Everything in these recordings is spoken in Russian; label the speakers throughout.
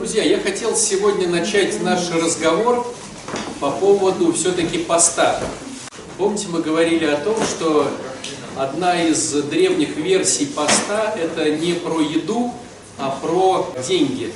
Speaker 1: Друзья, я хотел сегодня начать наш разговор по поводу все-таки поста. Помните, мы говорили о том, что одна из древних версий поста – это не про еду, а про деньги.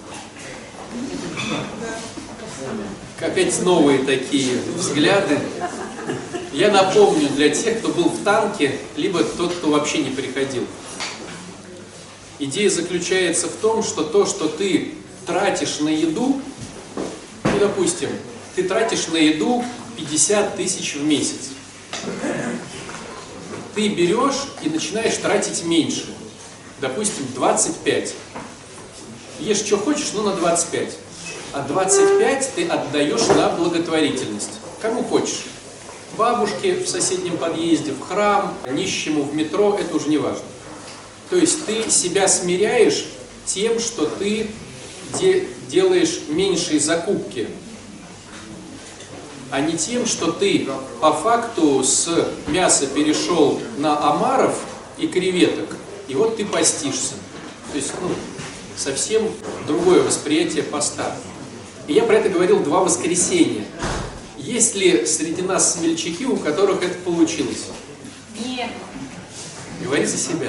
Speaker 1: Опять новые такие взгляды. Я напомню для тех, кто был в танке, либо тот, кто вообще не приходил. Идея заключается в том, что то, что ты тратишь на еду, ну, допустим, ты тратишь на еду 50 тысяч в месяц. Ты берешь и начинаешь тратить меньше. Допустим, 25. Ешь, что хочешь, но на 25. А 25 ты отдаешь на благотворительность. Кому хочешь. Бабушке в соседнем подъезде, в храм, нищему в метро, это уже не важно. То есть ты себя смиряешь тем, что ты делаешь меньшие закупки, а не тем, что ты по факту с мяса перешел на омаров и креветок, и вот ты постишься. То есть, совсем другое восприятие поста. И я про это говорил 2 воскресенья. Есть ли среди нас смельчаки, у которых это получилось?
Speaker 2: Нет.
Speaker 1: Говори за себя.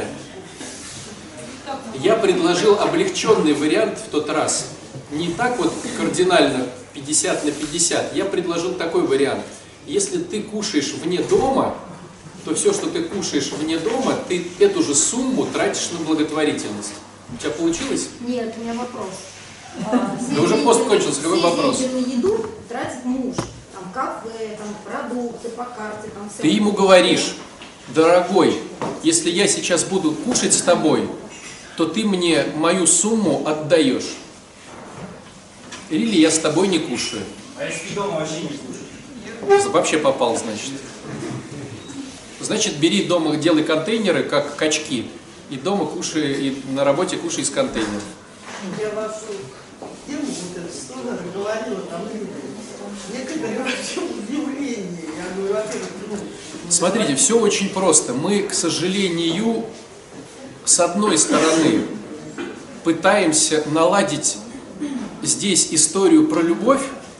Speaker 1: Я предложил облегченный вариант в тот раз. Не так вот кардинально 50 на 50. Я предложил такой вариант. Если ты кушаешь вне дома, то все, что ты кушаешь вне дома, ты эту же сумму тратишь на благотворительность. У тебя получилось?
Speaker 3: Нет, у меня вопрос.
Speaker 1: Да уже пост кончился, какой вопрос?
Speaker 3: Все деньги на еду тратит муж. Там кафе, там продукты по карте. Там
Speaker 1: Ты ему говоришь: дорогой, если я сейчас буду кушать с тобой, то ты мне мою сумму отдаешь. Или я с тобой не кушаю.
Speaker 4: А если дома вообще не кушать?
Speaker 1: Вообще попал, значит. Значит, бери дома, делай контейнеры, как качки, и дома кушай, и на работе кушай из контейнеров.
Speaker 5: Я вашу тему вот эту 100 раз говорила, там люди. Некоторые вообще удивление. Я говорю, во-первых,
Speaker 1: Смотрите, все очень просто. Мы, к сожалению, с одной стороны пытаемся наладить здесь историю про любовь.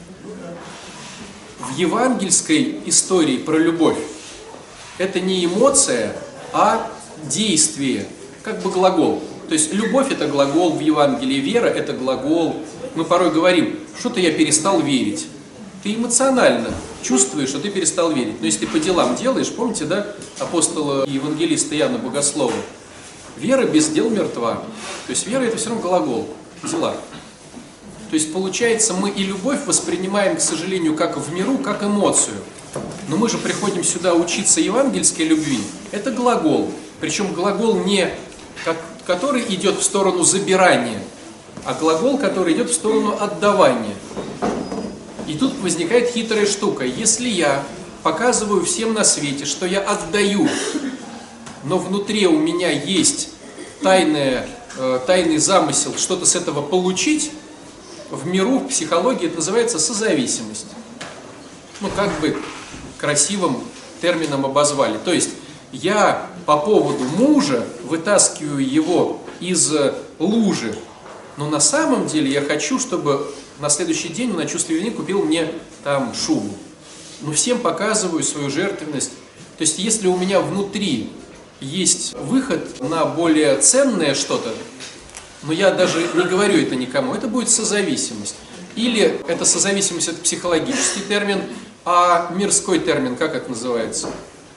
Speaker 1: В евангельской истории про любовь это не эмоция, а действие, как бы глагол. То есть любовь – это глагол в Евангелии, вера – это глагол. Мы порой говорим: что-то я перестал верить. Ты эмоционально чувствуешь, что ты перестал верить. Но если ты по делам делаешь, помните, да, апостола и евангелиста Иоанна Богослова? Вера без дел мертва. То есть вера – это все равно глагол, дела. То есть получается, мы и любовь воспринимаем, к сожалению, как в миру, как эмоцию. Но мы же приходим сюда учиться евангельской любви. Это глагол. Причем глагол не который идет в сторону забирания, а глагол, который идет в сторону отдавания. И тут возникает хитрая штука. Если я показываю всем на свете, что я отдаю, но внутри у меня есть тайный замысел что-то с этого получить, в миру, в психологии это называется созависимость. Как бы красивым термином обозвали. То есть я по поводу мужа вытаскиваю его из лужи, но на самом деле я хочу, чтобы на следующий день он на чувстве вины купил мне там шубу. Всем показываю свою жертвенность. То есть если у меня внутри есть выход на более ценное что-то, но я даже не говорю это никому, это будет созависимость. Или это созависимость – это психологический термин, а мирской термин, как это называется?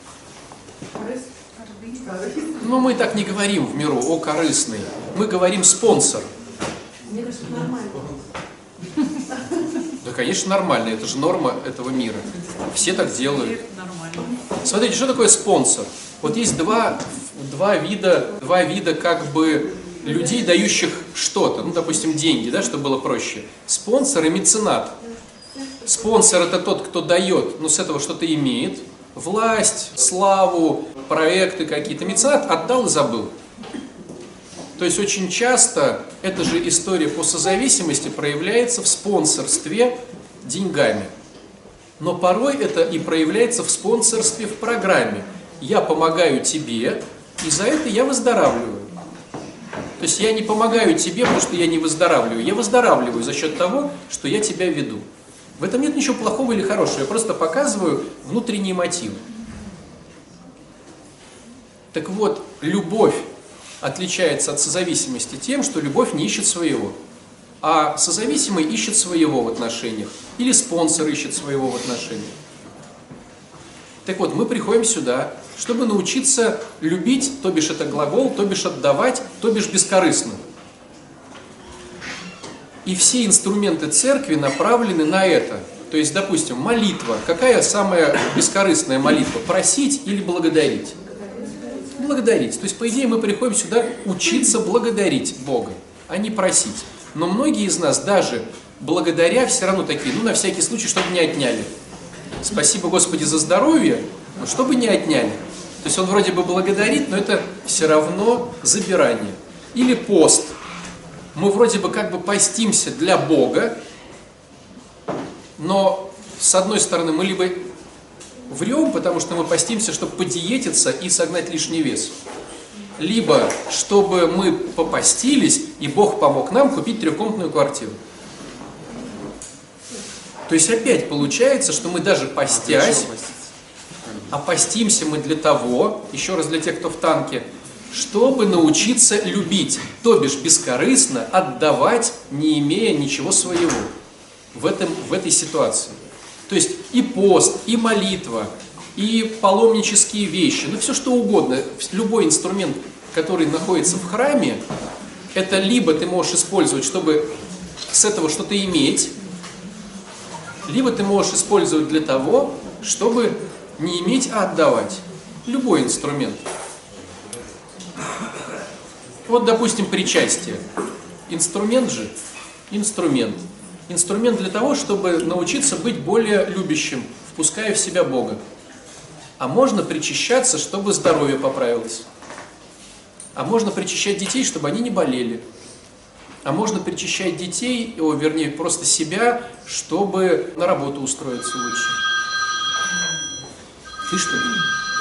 Speaker 1: Мы так не говорим в миру, о, корыстный. Мы говорим спонсор.
Speaker 3: Мне кажется, нормально.
Speaker 1: Да, конечно, нормально, это же норма этого мира. Все так делают. Смотрите, что такое спонсор? Вот есть два вида как бы людей, дающих что-то, допустим, деньги, да, чтобы было проще. Спонсор и меценат. Спонсор – это тот, кто дает, с этого что-то имеет. Власть, славу, проекты какие-то. Меценат отдал и забыл. То есть очень часто эта же история по созависимости проявляется в спонсорстве деньгами. Но порой это и проявляется в спонсорстве в программе. Я помогаю тебе, и за это я выздоравливаю. То есть я не помогаю тебе, потому что я не выздоравливаю. Я выздоравливаю за счет того, что я тебя веду. В этом нет ничего плохого или хорошего. Я просто показываю внутренние мотивы. Так вот, любовь отличается от созависимости тем, что любовь не ищет своего. А созависимый ищет своего в отношениях. Или спонсор ищет своего в отношениях. Так вот, мы приходим сюда, чтобы научиться любить, то бишь это глагол, то бишь отдавать, то бишь бескорыстно. И все инструменты церкви направлены на это. То есть, допустим, молитва. Какая самая бескорыстная молитва? Просить или благодарить? Благодарить. То есть, по идее, мы приходим сюда учиться благодарить Бога, а не просить. Но многие из нас даже благодаря все равно такие, ну, на всякий случай, чтобы не отняли. Спасибо, Господи, за здоровье, но чтобы не отняли. То есть он вроде бы благодарит, но это все равно забирание. Или пост. Мы вроде бы как бы постимся для Бога, но с одной стороны мы либо врем, потому что мы постимся, чтобы подиетиться и согнать лишний вес, либо чтобы мы попостились, и Бог помог нам купить трехкомнатную квартиру. То есть опять получается, что мы даже постясь, а постимся мы для того, еще раз для тех, кто в танке, чтобы научиться любить, то бишь бескорыстно отдавать, не имея ничего своего в этой ситуации. То есть и пост, и молитва, и паломнические вещи, ну все что угодно, любой инструмент, который находится в храме, это либо ты можешь использовать, чтобы с этого что-то иметь, либо ты можешь использовать для того, чтобы не иметь, а отдавать. Любой инструмент. Вот, допустим, причастие. Инструмент же? Инструмент. Инструмент для того, чтобы научиться быть более любящим, впуская в себя Бога. А можно причащаться, чтобы здоровье поправилось. А можно причащать детей, чтобы они не болели. А можно причащать детей, вернее, просто себя, чтобы на работу устроиться лучше. Ты что ли?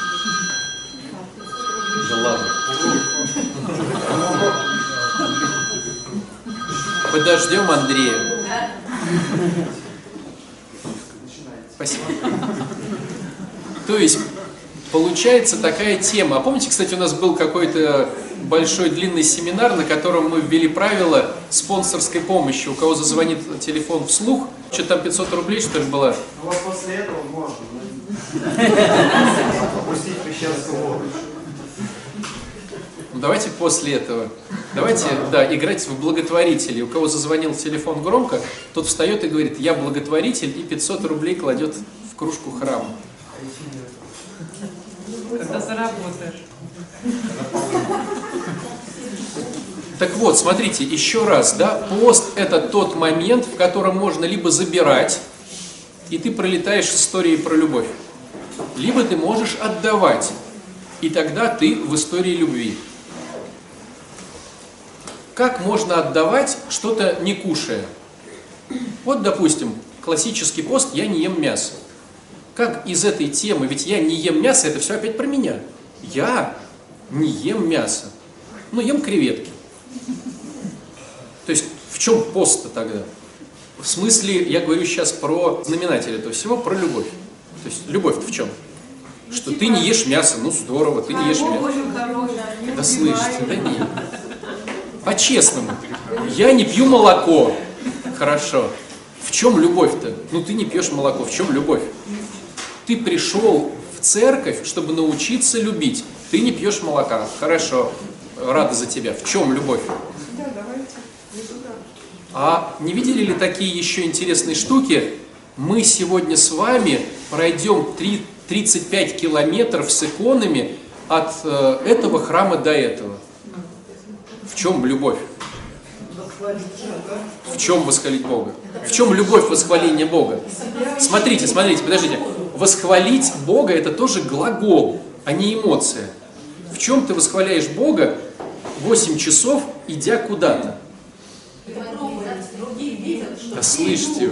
Speaker 1: Да ладно. Подождем Андрея. Спасибо. То есть, получается такая тема. А помните, кстати, у нас был какой-то большой длинный семинар, на котором мы ввели правила спонсорской помощи. У кого зазвонит телефон вслух, что там 500 рублей, что ли, было?
Speaker 4: У вас после этого можно опустить крещенскую воду.
Speaker 1: Ну, давайте после этого. Давайте, да, играть в благотворителей. У кого зазвонил телефон громко, тот встает и говорит: я благотворитель, и 500 рублей кладет в кружку храма.
Speaker 2: Когда заработаешь.
Speaker 1: Так вот, смотрите, еще раз, да, пост – это тот момент, в котором можно либо забирать, и ты пролетаешь историей про любовь, либо ты можешь отдавать, и тогда ты в истории любви. Как можно отдавать, что-то не кушая? Вот, допустим, классический пост «я не ем мясо». Как из этой темы, ведь я не ем мясо, это все опять про меня. Я не ем мясо, но ем креветки. То есть в чем пост-то тогда? В смысле, я говорю сейчас про знаменатель этого всего, про любовь. То есть любовь-то в чем? Что ты не ешь мясо, ну здорово, ты не ешь мясо. Да слышите, да нет. По-честному, я не пью молоко. Хорошо. В чем любовь-то? Ну ты не пьешь молоко, в чем любовь? Ты пришел в церковь, чтобы научиться любить. Ты не пьешь молока. Хорошо. Рада за тебя. В чем любовь? А не видели ли такие еще интересные штуки? Мы сегодня с вами пройдем 35 километров с иконами от этого храма до этого. В чем любовь? В чем восхвалить Бога? В чем любовь восхваления Бога? Смотрите, смотрите, подождите. Восхвалить Бога – это тоже глагол, а не эмоция. В чем ты восхваляешь Бога 8 часов, идя куда-то? Да слышите.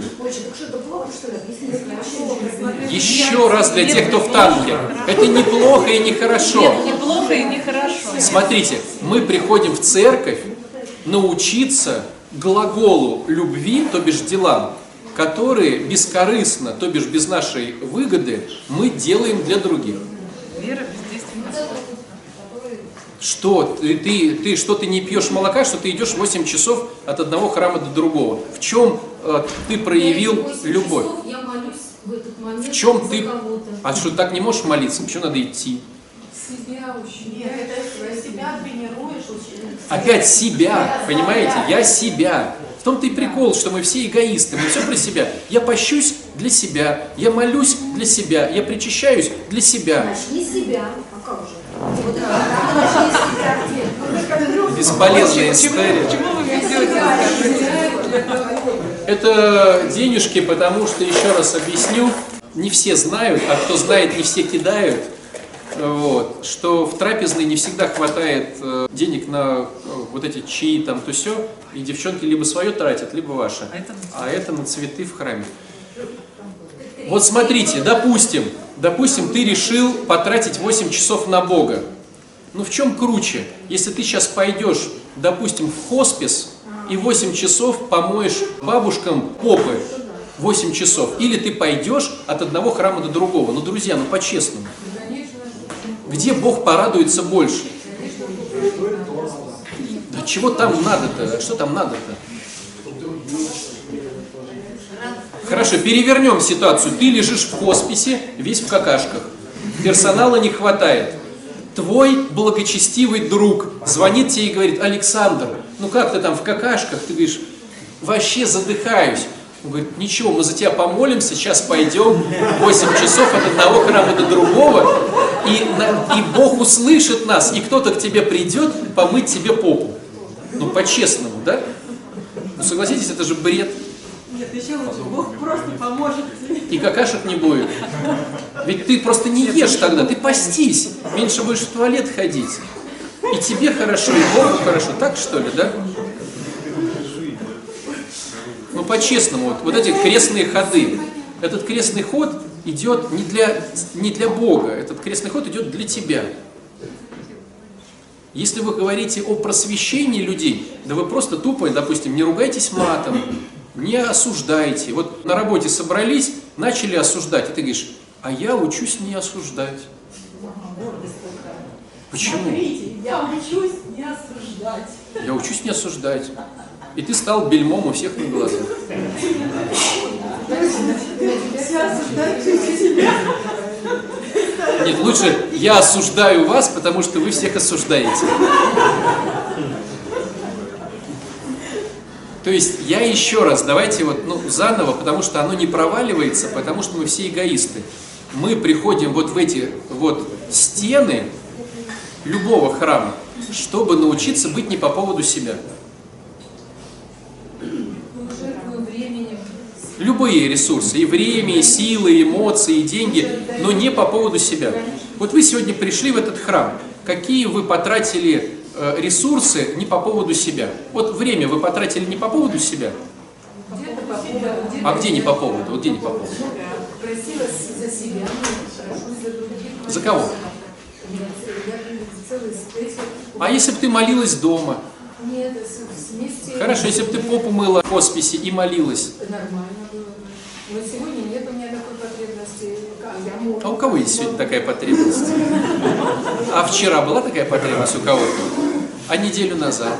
Speaker 1: Еще раз для тех, кто в танке. Это неплохо и нехорошо.
Speaker 2: Нет, неплохо и нехорошо.
Speaker 1: Смотрите, мы приходим в церковь научиться глаголу любви, то бишь делам, которые бескорыстно, то бишь без нашей выгоды, мы делаем для других.
Speaker 2: Вера бездейственная.
Speaker 1: Что? Что ты не пьешь молока, что ты идешь 8 часов от одного храма до другого? В чем ты проявил любовь?
Speaker 3: Я молюсь в этот момент
Speaker 1: В чем ты...
Speaker 3: за кого-то.
Speaker 1: А что, так не можешь молиться? Почему надо идти?
Speaker 3: Себя очень.
Speaker 5: Нет, это себя тренируешь.
Speaker 1: Опять себя, понимаете? Я себя. В том-то и прикол, что мы все эгоисты, мы все про себя. Я пощусь для себя, я молюсь для себя, я причащаюсь для себя.
Speaker 3: Начни себя. А как же? Вот начни себя где?
Speaker 1: Бесполезная история.
Speaker 2: Почему вы ведете?
Speaker 1: Это денежки, потому что, еще раз объясню, не все знают, а кто знает, не все кидают. Вот, что в трапезной не всегда хватает денег на вот эти чаи, там, то все, и девчонки либо свое тратят, либо ваше, а это на цветы в храме. Вот смотрите, допустим, ты решил потратить 8 часов на Бога. Ну в чем круче, если ты сейчас пойдешь, допустим, в хоспис и 8 часов помоешь бабушкам попы, 8 часов, или ты пойдешь от одного храма до другого. Ну, друзья, ну по-честному. Где Бог порадуется больше? Да чего там надо-то? Что там надо-то? Хорошо, перевернем ситуацию. Ты лежишь в хосписе, весь в какашках. Персонала не хватает. Твой благочестивый друг звонит тебе и говорит: Александр, ну как ты там в какашках? Ты говоришь: вообще задыхаюсь. Он говорит: ничего, мы за тебя помолимся, сейчас пойдем 8 часов от одного храма до другого, и Бог услышит нас, и кто-то к тебе придет помыть тебе попу. Ну, по-честному, да? Ну, согласитесь, это же бред.
Speaker 5: Нет, еще лучше. Бог просто поможет тебе.
Speaker 1: И какашек не будет. Ведь ты просто не ешь тогда, ты постись, меньше будешь в туалет ходить. И тебе хорошо, и Богу хорошо. Так, что ли, да? Ну, по-честному, вот эти крестные ходы. Этот крестный ход идет не для Бога, этот крестный ход идет для тебя. Если вы говорите о просвещении людей, да вы просто тупо, допустим, не ругайтесь матом, не осуждайте. Вот на работе собрались, начали осуждать, и ты говоришь: а я учусь не осуждать. Почему?
Speaker 5: Смотрите, я учусь не осуждать.
Speaker 1: Я учусь не осуждать. И ты стал бельмом у всех на глазах.
Speaker 5: Все осуждают себя.
Speaker 1: Нет, лучше я осуждаю вас, потому что вы всех осуждаете. То есть я еще раз, давайте заново, потому что оно не проваливается, потому что мы все эгоисты. Мы приходим вот в эти вот стены любого храма, чтобы научиться быть не по поводу себя. Любые ресурсы, и время, и силы, и эмоции, и деньги, но не по поводу себя. Вот вы сегодня пришли в этот храм. Какие вы потратили ресурсы не по поводу себя? Вот время вы потратили не по поводу себя? А где не по поводу? Вот где не по поводу?
Speaker 3: Просилась за себя, прошу за других.
Speaker 1: За кого? А если бы ты молилась дома?
Speaker 3: Нет, вместе...
Speaker 1: Хорошо, если бы ты попу мыла в хосписе и молилась.
Speaker 3: Нормально было. Но сегодня нет у меня такой потребности.
Speaker 1: А у кого есть сегодня такая потребность? А вчера была такая потребность у кого-то? А неделю назад?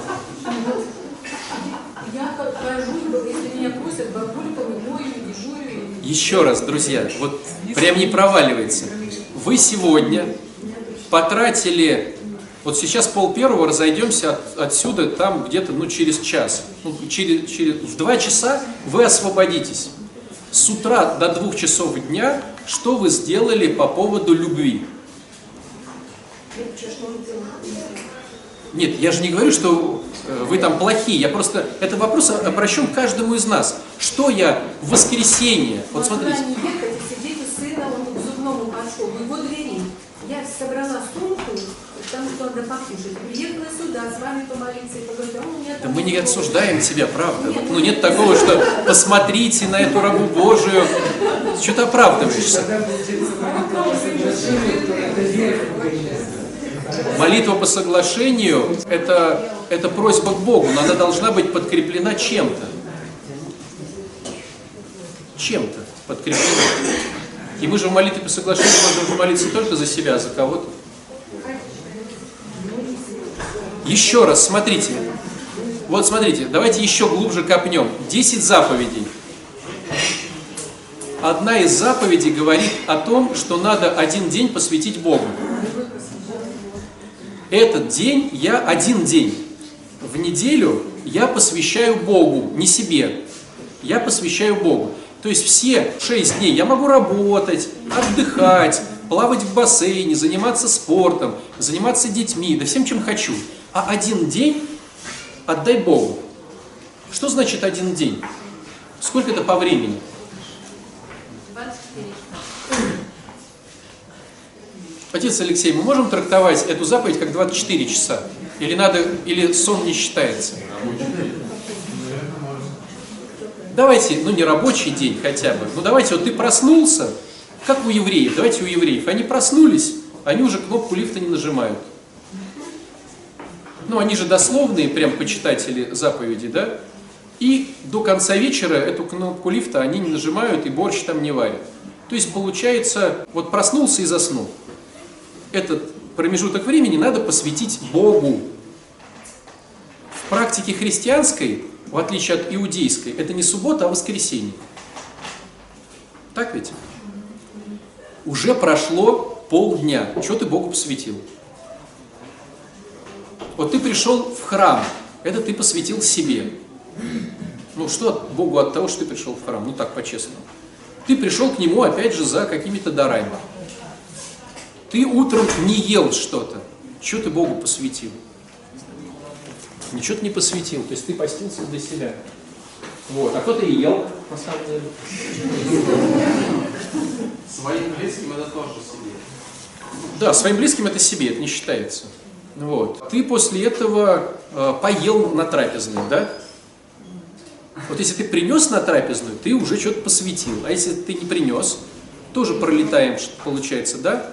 Speaker 3: Я хожу, если меня просят, бабульками, мою, дежурю.
Speaker 1: Еще раз, друзья, вот прям не проваливается. Вы сегодня потратили... Вот сейчас 12:30 разойдемся отсюда, там где-то через час. В 2 часа вы освободитесь. С утра до 2 часов дня что вы сделали по поводу любви? Нет, я же не говорю, что вы там плохие. Я просто... Это вопрос обращен к каждому из нас. Что я в воскресенье... Вот смотрите.
Speaker 3: Не ехать и сидеть у сына, он к зубному пошел, в его двери. Я собрала сумку, потому что надо покушать. Приехала сюда, с вами помолиться и поговорить, а у меня...
Speaker 1: Да мы не осуждаем тебя, правда. Ну нет такого, что посмотрите на эту рабу Божию. Что ты оправдываешься? Молитва по соглашению – это просьба к Богу, но она должна быть подкреплена чем-то. Чем-то подкреплена. И мы же в молитве по соглашению можем молиться не только за себя, а за кого-то. Еще раз, смотрите. Вот смотрите, давайте еще глубже копнем. 10 заповедей. Одна из заповедей говорит о том, что надо один день посвятить Богу. Этот день я один день. В неделю я посвящаю Богу, не себе. Я посвящаю Богу. То есть все 6 дней я могу работать, отдыхать, плавать в бассейне, заниматься спортом, заниматься детьми, да всем, чем хочу. А один день отдай Богу. Что значит один день? Сколько это по времени?
Speaker 3: 24.
Speaker 1: Отец Алексей, мы можем трактовать эту заповедь как 24 часа? Или сон не считается? Давайте, не рабочий день хотя бы. Давайте, вот ты проснулся, как у евреев. Давайте у евреев. Они проснулись, они уже кнопку лифта не нажимают. Они же дословные, прям почитатели заповеди, да? И до конца вечера эту кнопку лифта они не нажимают и борщ там не варят. То есть получается, вот проснулся и заснул. Этот промежуток времени надо посвятить Богу. В практике христианской, в отличие от иудейской, это не суббота, а воскресенье. Так ведь? Уже прошло полдня. Что ты Богу посвятил? Вот ты пришел в храм, это ты посвятил себе. Что от Богу от того, что ты пришел в храм? Так, по-честному. Ты пришел к Нему, опять же, за какими-то дарами. Ты утром не ел что-то. Что ты Богу посвятил? Ничего ты не посвятил. То есть ты постился для себя. А кто-то и ел, на самом деле.
Speaker 4: Своим близким это тоже себе.
Speaker 1: Да, своим близким это себе, это не считается. Ты после этого поел на трапезной, да? Вот если ты принес на трапезную, ты уже что-то посвятил. А если ты не принес, тоже пролетаем, получается, да?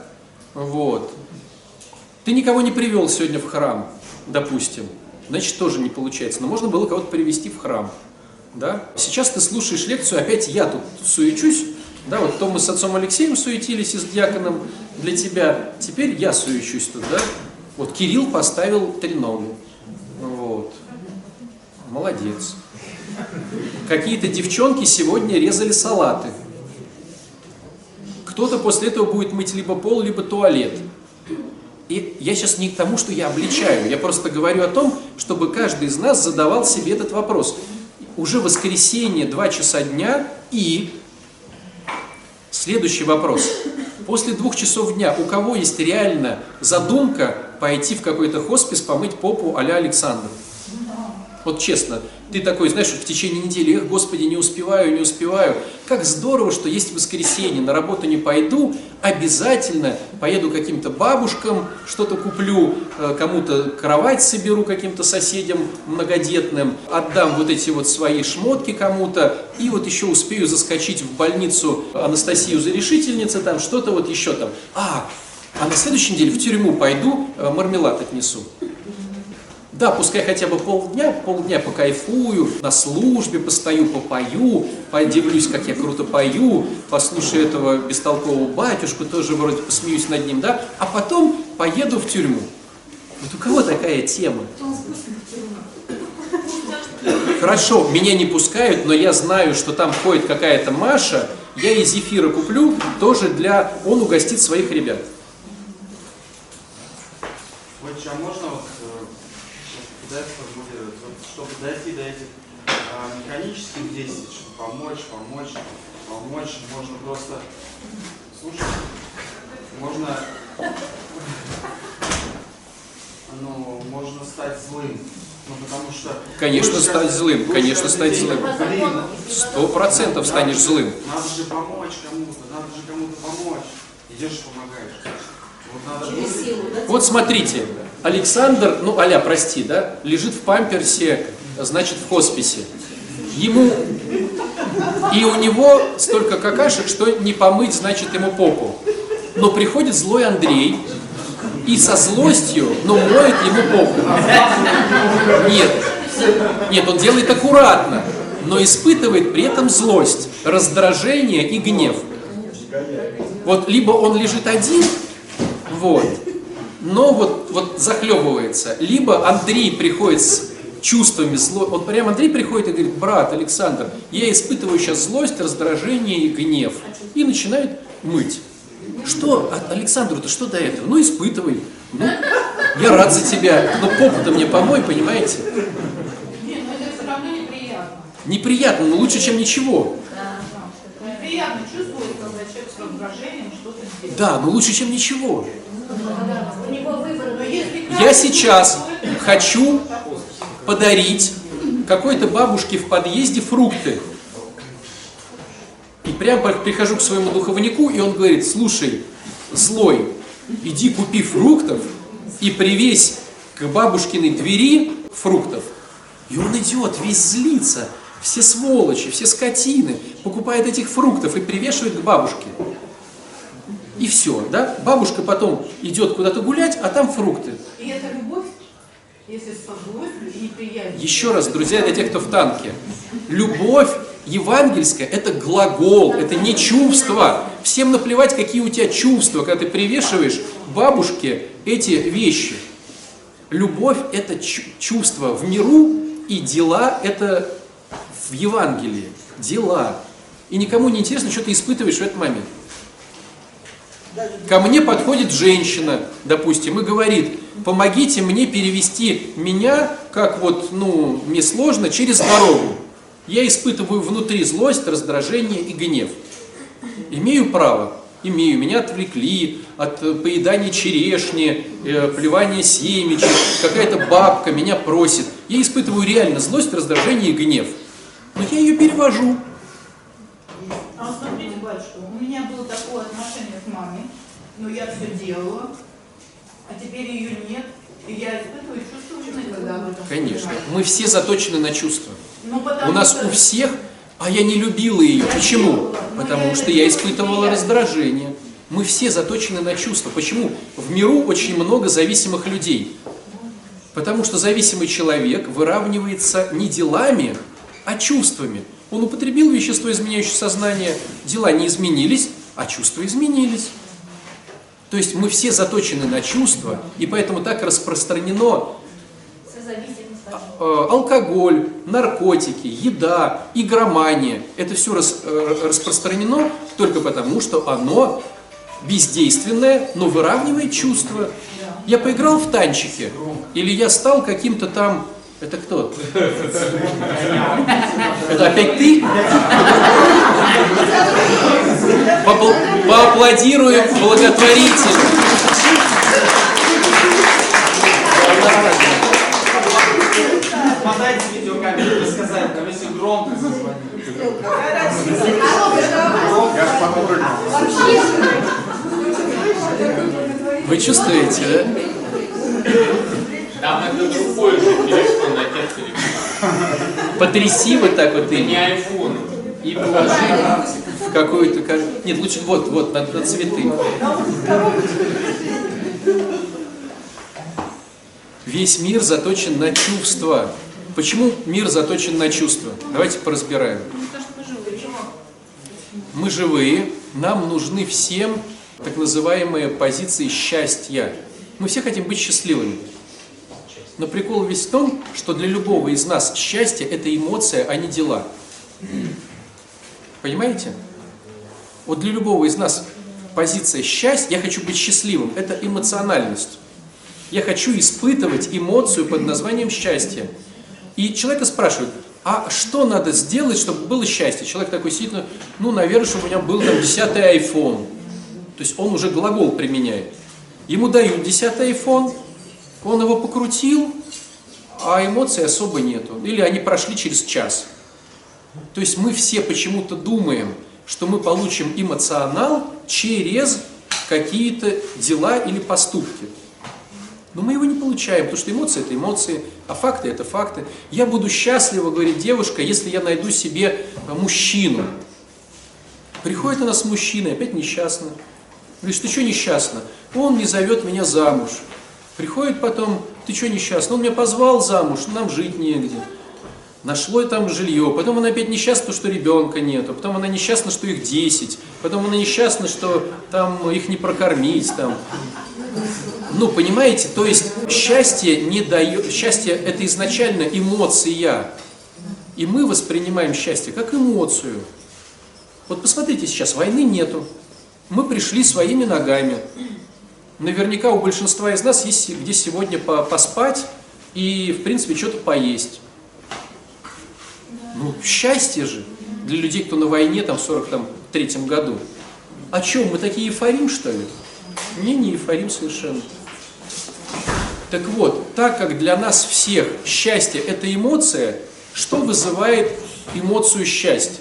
Speaker 1: Ты никого не привел сегодня в храм, допустим. Значит, тоже не получается. Но можно было кого-то привести в храм. Да? Сейчас ты слушаешь лекцию, опять я тут суечусь. Да, то мы с отцом Алексеем суетились и с диаконом для тебя. Теперь я суечусь тут, да? Кирилл поставил треногу. Молодец. Какие-то девчонки сегодня резали салаты. Кто-то после этого будет мыть либо пол, либо туалет. И я сейчас не к тому, что я обличаю. Я просто говорю о том, чтобы каждый из нас задавал себе этот вопрос. Уже воскресенье, 2 часа дня и... Следующий вопрос. После 2 часов дня у кого есть реально задумка пойти в какой-то хоспис помыть попу а-ля Александр? Вот честно, ты такой, знаешь, в течение недели, Господи, не успеваю. Как здорово, что есть воскресенье, на работу не пойду, обязательно поеду к каким-то бабушкам, что-то куплю, кому-то кровать соберу, каким-то соседям многодетным, отдам эти свои шмотки кому-то, и еще успею заскочить в больницу Анастасию Зарешительницы, там что-то еще там. А на следующей неделе в тюрьму пойду, мармелад отнесу. Да, пускай хотя бы полдня покайфую, на службе постою, попою, подивлюсь, как я круто пою, послушаю этого бестолкового батюшку, тоже вроде посмеюсь над ним, да, а потом поеду в тюрьму. У кого такая тема? Хорошо, меня не пускают, но я знаю, что там ходит какая-то Маша, я ей зефира куплю, тоже он угостит своих ребят.
Speaker 4: А можно чтобы дойти до этих механических действий, чтобы помочь, можно просто слушать, можно стать злым, потому что...
Speaker 1: Конечно, стать злым, 100% станешь злым.
Speaker 4: Надо же кому-то помочь, идешь и помогаешь.
Speaker 3: Через силу, да?
Speaker 1: Смотрите, Александр, а-ля, прости, да, лежит в памперсе, значит, в хосписе. И у него столько какашек, что не помыть, значит, ему попу. Но приходит злой Андрей и со злостью, но моет ему попу. Нет, он делает аккуратно, но испытывает при этом злость, раздражение и гнев. Вот либо он лежит один, вот, но вот захлебывается, либо Андрей приходит с чувствами злости. Вот прямо Андрей приходит и говорит: брат Александр, я испытываю сейчас злость, раздражение и гнев. И начинает мыть. Что, Александру, ты что до этого? Ну, испытывай. Ну, я рад за тебя, но попу-то мне помой, понимаете?
Speaker 6: Нет, но это все равно неприятно.
Speaker 1: Неприятно, но лучше, чем ничего.
Speaker 6: Неприятно чувствовать, когда человек с раздражением что-то делает.
Speaker 1: Да, но лучше, чем ничего.
Speaker 6: У него выбор, но если
Speaker 1: Я сейчас хочу подарить какой-то бабушке в подъезде фрукты. И прямо прихожу к своему духовнику, и он говорит: слушай, злой, иди купи фруктов и привезь к бабушкиной двери фруктов. И он идет, весь злится, все сволочи, все скотины, покупает этих фруктов и привешивает к бабушке. И все, да? Бабушка потом идет куда-то гулять, а там фрукты.
Speaker 6: И это любовь, если с злостью и неприязнью.
Speaker 1: Еще раз, друзья, для тех, кто в танке. Любовь евангельская – это глагол, это не чувство. Всем наплевать, какие у тебя чувства, когда ты привешиваешь бабушке эти вещи. Любовь – это чувство в миру, и дела – это в Евангелии. Дела. И никому не интересно, что ты испытываешь в этот момент. Ко мне подходит женщина, допустим, и говорит: помогите мне перевести меня, как вот, мне сложно, через дорогу. Я испытываю внутри злость, раздражение и гнев. Имею право? Имею. Меня отвлекли от поедания черешни, плевания семечек, какая-то бабка меня просит. Я испытываю реально злость, раздражение и гнев. Но я ее перевожу.
Speaker 6: А вот смотрите, батюшка, у меня было такое отношение с мамой, но я все делала, а теперь ее нет, и я испытываю чувство вины, когда об этом
Speaker 1: Конечно.
Speaker 6: вспоминаю.
Speaker 1: Мы все заточены на чувства.
Speaker 6: Ну, потому
Speaker 1: У нас
Speaker 6: что-
Speaker 1: у всех, а я не любила ее. Почему? Потому что я испытывала раздражение. Мы все заточены на чувства. Почему? В миру очень много зависимых людей. Потому что зависимый человек выравнивается не делами, а чувствами. Он употребил вещество, изменяющее сознание, дела не изменились, а чувства изменились. То есть мы все заточены на чувства, и поэтому так распространено алкоголь, наркотики, еда, игромания. Это все распространено только потому, что оно бездейственное, но выравнивает чувства. Я поиграл в танчики, или я стал каким-то там... Это кто? Это опять ты? Поаплодируем благотворителю.
Speaker 4: Подайте видеокамеру и сказать, там если громко зазвонить.
Speaker 1: Вы чувствуете, да?
Speaker 7: Там это другой же телефон, отец телефон.
Speaker 1: Потряси вот так вот
Speaker 7: Не
Speaker 1: ими
Speaker 7: айфон.
Speaker 1: и положи в какую-то... Нет, лучше вот, на цветы. Весь мир заточен на чувства. Почему мир заточен на чувства? Давайте поразбираем. Мы живые, нам нужны всем так называемые позиции счастья. Мы все хотим быть счастливыми. Но прикол весь в том, что для любого из нас счастье – это эмоция, а не дела. Понимаете? Вот для любого из нас позиция счастья, я хочу быть счастливым, это эмоциональность. Я хочу испытывать эмоцию под названием счастье. И человека спрашивают: а что надо сделать, чтобы было счастье? Человек такой сидит: наверное, чтобы у меня был там 10-й iPhone. То есть он уже глагол применяет. Ему дают 10-й iPhone, он его покрутил, а эмоций особо нету. Или они прошли через час. То есть мы все почему-то думаем, что мы получим эмоционал через какие-то дела или поступки. Но мы его не получаем, потому что эмоции – это эмоции, а факты – это факты. Я буду счастлива, говорит девушка, если я найду себе мужчину. Приходит она с мужчиной, опять несчастна. Говоришь, ты что несчастна? Он не зовет меня замуж. Приходит потом, ты что несчастна? Он меня позвал замуж, нам жить негде. Нашло там жилье, потом она опять несчастна, что ребенка нету, потом она несчастна, что их 10, потом она несчастна, что там их не прокормить. Там. Ну, понимаете, то есть счастье не дает, счастье это изначально эмоция, и мы воспринимаем счастье как эмоцию. Вот посмотрите сейчас, войны нету, мы пришли своими ногами, наверняка у большинства из нас есть где сегодня поспать и, в принципе, что-то поесть. Ну, счастье же для людей, кто на войне там, в 43-м году. А что, мы такие эйфорим, что ли? Не эйфорим совершенно. Так вот, так как для нас всех счастье – это эмоция, что вызывает эмоцию счастья?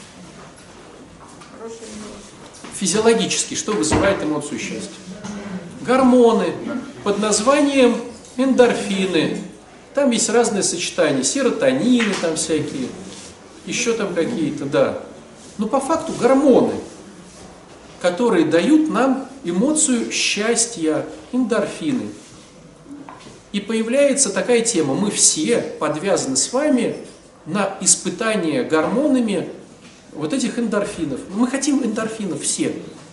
Speaker 1: Физиологически, что вызывает эмоцию счастья? Гормоны под названием эндорфины. Там есть разные сочетания, серотонины там всякие, еще там какие-то, да. Но по факту гормоны, которые дают нам эмоцию счастья, эндорфины. И появляется такая тема, мы все подвязаны с вами на испытание гормонами вот этих эндорфинов. Мы хотим эндорфинов все.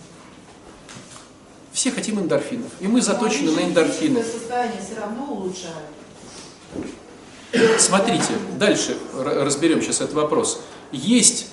Speaker 1: Все хотим эндорфинов. И мы заточены на эндорфины.
Speaker 6: Состояние все равно улучшает.
Speaker 1: Смотрите, дальше разберем сейчас этот вопрос. Есть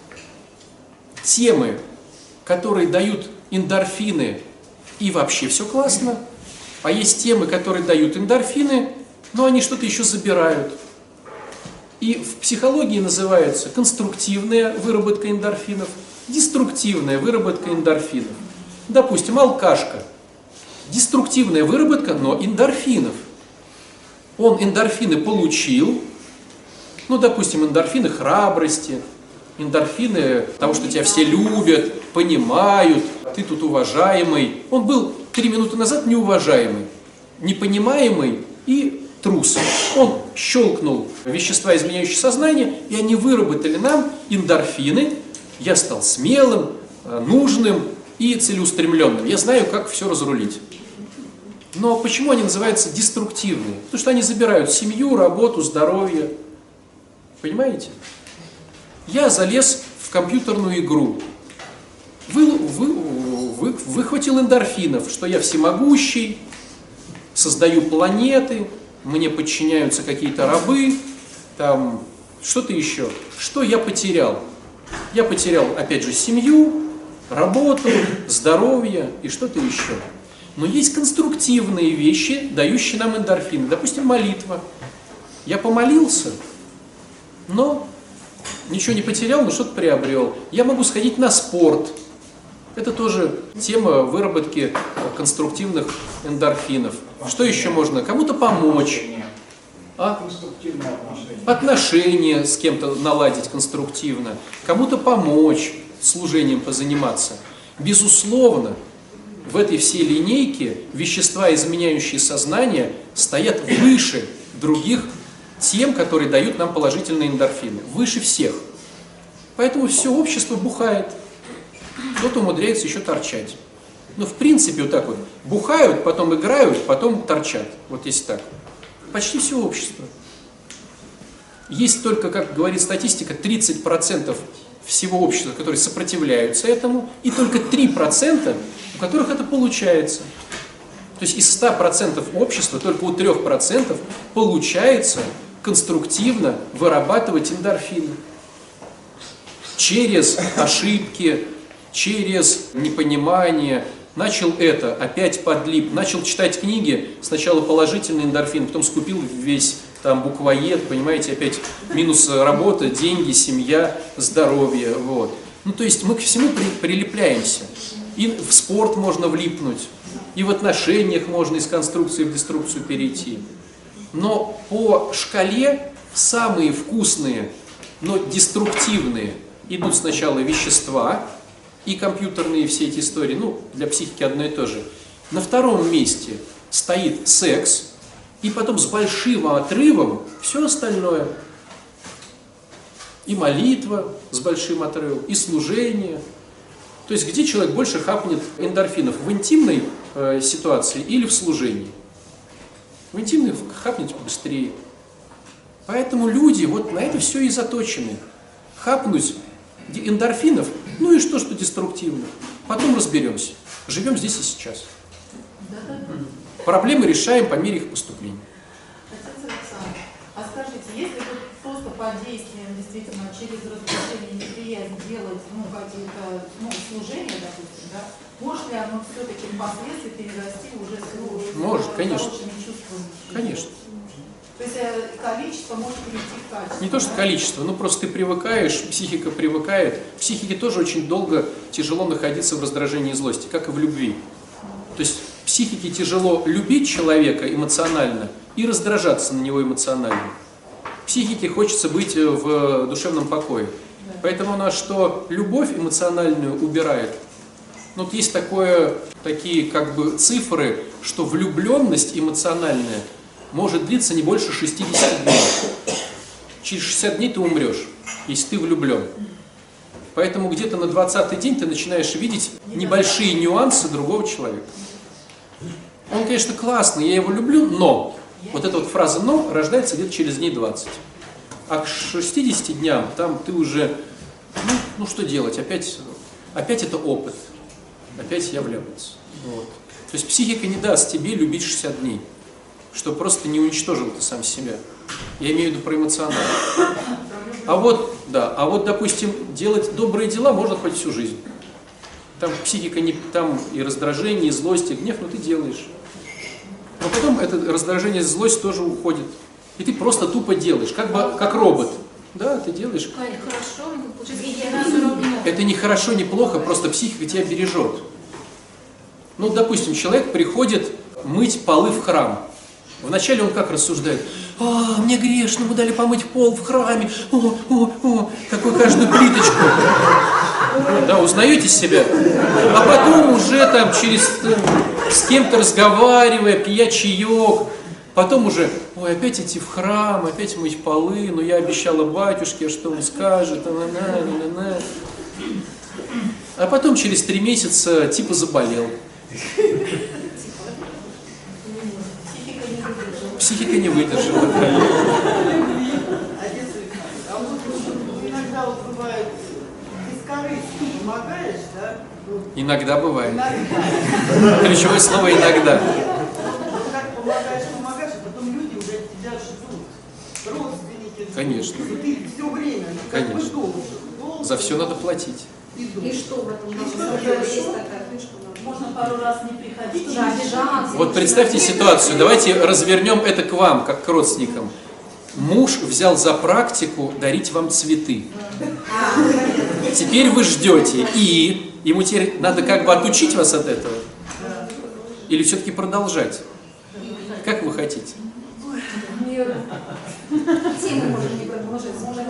Speaker 1: темы, которые дают эндорфины, и вообще все классно. А есть темы, которые дают эндорфины, но они что-то еще забирают. И в психологии называется конструктивная выработка эндорфинов, деструктивная выработка эндорфинов. Допустим, алкашка. Деструктивная выработка, но эндорфинов. Он эндорфины получил, ну, допустим, эндорфины храбрости, эндорфины того, что тебя все любят, понимают, ты тут уважаемый. Он был 3 минуты назад неуважаемый, непонимаемый и трус. Он щелкнул вещества, изменяющие сознание, и они выработали нам эндорфины. Я стал смелым, нужным и целеустремленным. Я знаю, как все разрулить. Но почему они называются деструктивные? Потому что они забирают семью, работу, здоровье. Понимаете? Я залез в компьютерную игру. Выхватил эндорфинов, что я всемогущий, создаю планеты, мне подчиняются какие-то рабы, там что-то еще. Что я потерял? Я потерял, опять же, семью, работу, здоровье и что-то еще. Но есть конструктивные вещи, дающие нам эндорфины. Допустим, молитва. Я помолился, но ничего не потерял, но что-то приобрел. Я могу сходить на спорт. Это тоже тема выработки конструктивных эндорфинов. Что еще можно? Кому-то помочь. Отношения с кем-то наладить конструктивно. Кому-то помочь, служением позаниматься. Безусловно, в этой всей линейке вещества, изменяющие сознание, стоят выше других тем, которые дают нам положительные эндорфины. Выше всех. Поэтому все общество бухает. Кто-то умудряется еще торчать. Но в принципе вот так вот. Бухают, потом играют, потом торчат. Вот если так. Почти все общество. Есть только, как говорит статистика, 30% всего общества, которые сопротивляются этому, и только 3%, у которых это получается. То есть из 100% общества только у 3% получается конструктивно вырабатывать эндорфины. Через ошибки, через непонимание. Начал это, опять подлип, начал читать книги, сначала положительный эндорфин, потом скупил весь там буквоед, понимаете, опять минус работа, деньги, семья, здоровье, вот. Ну, то есть мы ко всему прилепляемся. И в спорт можно влипнуть, и в отношениях можно из конструкции в деструкцию перейти. Но по шкале самые вкусные, но деструктивные идут сначала вещества и компьютерные все эти истории, ну, для психики одно и то же. На втором месте стоит секс, и потом с большим отрывом все остальное. И молитва с большим отрывом, и служение, То есть где человек больше хапнет эндорфинов? В интимной ситуации или в служении? В интимной хапнете быстрее. Поэтому люди вот на это все и заточены. Хапнуть эндорфинов, ну и что деструктивно. Потом разберемся. Живем здесь и сейчас. Проблемы решаем по мере их поступления.
Speaker 6: Отец Александр, а скажите, если вот просто по действиям действительно через раздражение, неприязнь делать какие-то служения, допустим, да, может ли оно все-таки впоследствии перерасти уже с
Speaker 1: Может, конечно.
Speaker 6: хорошими чувствами?
Speaker 1: Конечно.
Speaker 6: То есть количество может перейти в качество.
Speaker 1: Не то, что количество, просто ты привыкаешь, психика привыкает. Психике тоже очень долго тяжело находиться в раздражении и злости, как и в любви. То есть психике тяжело любить человека эмоционально и раздражаться на него эмоционально. Психике хочется быть в душевном покое. Поэтому она что любовь эмоциональную убирает. Вот есть такие цифры, что влюбленность эмоциональная может длиться не больше 60 дней. Через 60 дней ты умрешь, если ты влюблен. Поэтому где-то на 20-й день ты начинаешь видеть небольшие нюансы другого человека. Он, конечно, классный, я его люблю, но вот эта вот фраза «но» рождается где-то через дней 20. А к 60 дням там ты уже, что делать, опять это опыт, опять является. Вот. То есть психика не даст тебе любить 60 дней, что просто не уничтожил ты сам себя. Я имею в виду про эмоционально. А вот, допустим, делать добрые дела можно хоть всю жизнь. Там психика не там и раздражение, и злость, и гнев, но ты делаешь. Но потом это раздражение, злость тоже уходит. И ты просто тупо делаешь, как робот. Да, ты делаешь.
Speaker 3: Хорошо, получается,
Speaker 1: это не хорошо, не плохо, просто психика тебя бережет. Допустим, человек приходит мыть полы в храм. Вначале он как рассуждает: мне грешно, мы дали помыть пол в храме, какую каждую плиточку. Да, узнаете себя? А потом уже там с кем-то разговаривая, пья чаек, потом уже, опять идти в храм, опять мыть полы, но я обещала батюшке, что он скажет, а потом через 3 месяца заболел. Психика не выдержала.
Speaker 5: Иногда бывает бескорыстно помогаешь, да?
Speaker 1: Иногда бывает. Ключевое слово «иногда».
Speaker 5: Как помогаешь, а потом люди уже от тебя ждут. Родственники.
Speaker 1: Конечно.
Speaker 5: Ты все время,
Speaker 1: Конечно.
Speaker 5: должен.
Speaker 1: За все надо платить.
Speaker 3: И что в этом есть такая книжка?
Speaker 6: Можно пару раз не приходить,
Speaker 3: Да, обижаться.
Speaker 1: Вот представьте ситуацию, давайте развернем это к вам, как к родственникам. Муж взял за практику дарить вам цветы. Теперь вы ждете, и ему теперь надо отучить вас от этого? Или все-таки продолжать? Как вы хотите?
Speaker 3: Тему можно не продолжать,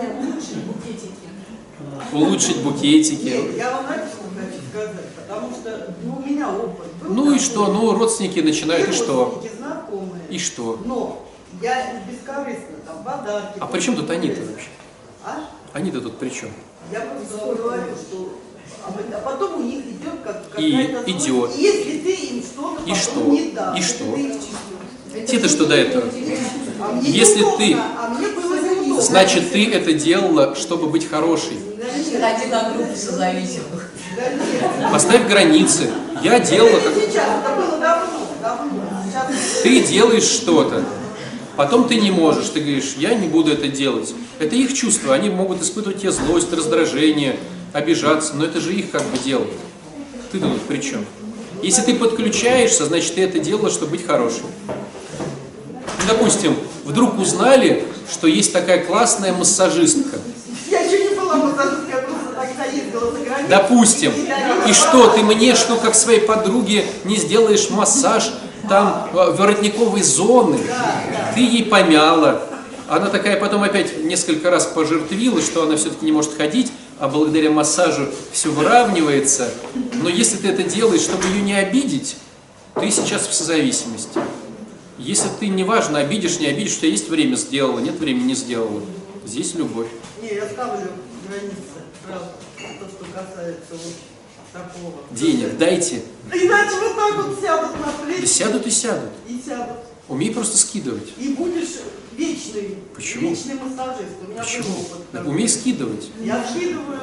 Speaker 1: Улучшить букетики.
Speaker 5: Я вам это хочу сказать, потому что у меня опыт был.
Speaker 1: И что? Родственники начинают, и что?
Speaker 5: Родственники, знакомые.
Speaker 1: И что?
Speaker 5: Но я бескорыстно, подарки.
Speaker 1: А при чем тут они-то вообще?
Speaker 5: А?
Speaker 1: Они-то тут при чем?
Speaker 5: Я просто говорю, что... А потом у них идет какая-то
Speaker 1: И идет.
Speaker 5: И если ты им что-то
Speaker 1: И что?
Speaker 5: не дашь,
Speaker 1: И что?
Speaker 5: ты их чувствуешь.
Speaker 1: Те-то что до этого?
Speaker 5: А мне
Speaker 1: Если
Speaker 5: неудобно,
Speaker 1: ты,
Speaker 5: а мне было неудобно.
Speaker 1: значит, ты это делала, чтобы быть хорошей.
Speaker 2: Переходи на группу созависимых.
Speaker 1: Поставь границы. Я делала, как...
Speaker 5: Сейчас, это было давно. Сейчас...
Speaker 1: Ты делаешь что-то, потом ты не можешь, ты говоришь, я не буду это делать. Это их чувства, они могут испытывать тебе злость, раздражение, обижаться, но это же их дело. Ты-то тут при чем? Если ты подключаешься, значит, ты это делала, чтобы быть хорошим. Допустим, вдруг узнали, что есть такая классная массажистка.
Speaker 5: Я еще не была массажисткой, я просто тогда ездила за границу.
Speaker 1: Допустим. И что, ты мне, как своей подруге, не сделаешь массаж там воротниковой зоны? Ты ей помяла. Она такая потом опять несколько раз пожертвила, что она все-таки не может ходить, а благодаря массажу все выравнивается. Но если ты это делаешь, чтобы ее не обидеть, ты сейчас в созависимости. Если ты, неважно, обидишь, не обидишь, у тебя есть время, сделала, нет времени, не сделала. Здесь любовь.
Speaker 5: Не, я ставлю границы, правда, то, что касается такого.
Speaker 1: денег, дайте.
Speaker 5: Иначе вот так вот сядут на плечи.
Speaker 1: Да сядут и сядут.
Speaker 5: И сядут.
Speaker 1: Умей просто скидывать.
Speaker 5: И будешь вечный.
Speaker 1: Почему?
Speaker 5: Вечный массажист. У меня
Speaker 1: Почему?
Speaker 5: был опыт
Speaker 1: Да
Speaker 5: такой.
Speaker 1: умей скидывать.
Speaker 5: Я скидываю.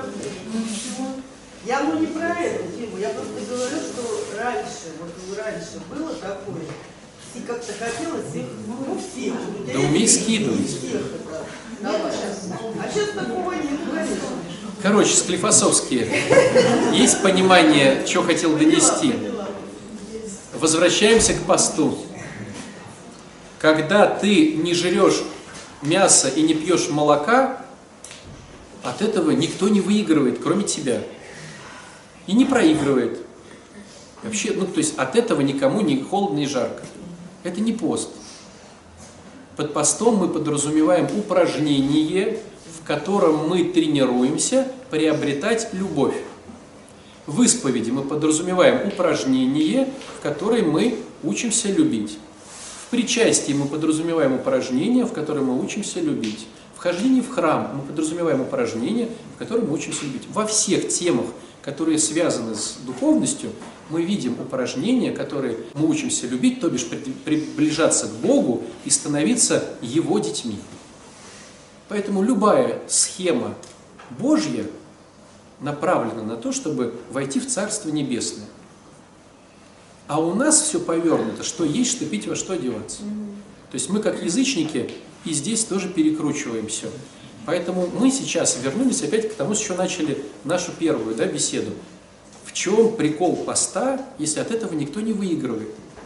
Speaker 5: Я не про эту тему. Я просто говорю, что раньше, вот раньше было такое. И как-то хотелось их, ну, всех.
Speaker 1: Да умей скидывать.
Speaker 5: Всех это. Давай. А сейчас такого нет, конечно.
Speaker 1: Короче, склифосовские. Есть понимание, что хотел донести? Возвращаемся к посту. Когда ты не жрешь мясо и не пьешь молока, от этого никто не выигрывает, кроме тебя. И не проигрывает. Вообще, ну, то есть от этого никому не холодно и жарко. Это не пост. Под постом мы подразумеваем упражнение, в котором мы тренируемся приобретать любовь. В исповеди мы подразумеваем упражнение, в которое мы учимся любить. В причастии мы подразумеваем упражнение, в которое мы учимся любить. В хождении в храм мы подразумеваем упражнение, в которое мы учимся любить. Во всех темах, которые связаны с духовностью, мы видим упражнения, которые мы учимся любить, то бишь приближаться к Богу и становиться Его детьми. Поэтому любая схема Божья направлена на то, чтобы войти в Царство Небесное. А у нас все повернуто, что есть, что пить, во что одеваться. То есть мы, как язычники, и здесь тоже перекручиваем все. Поэтому мы сейчас вернулись опять к тому, с чего начали нашу первую беседу. В чем прикол поста, если от этого никто не выигрывает?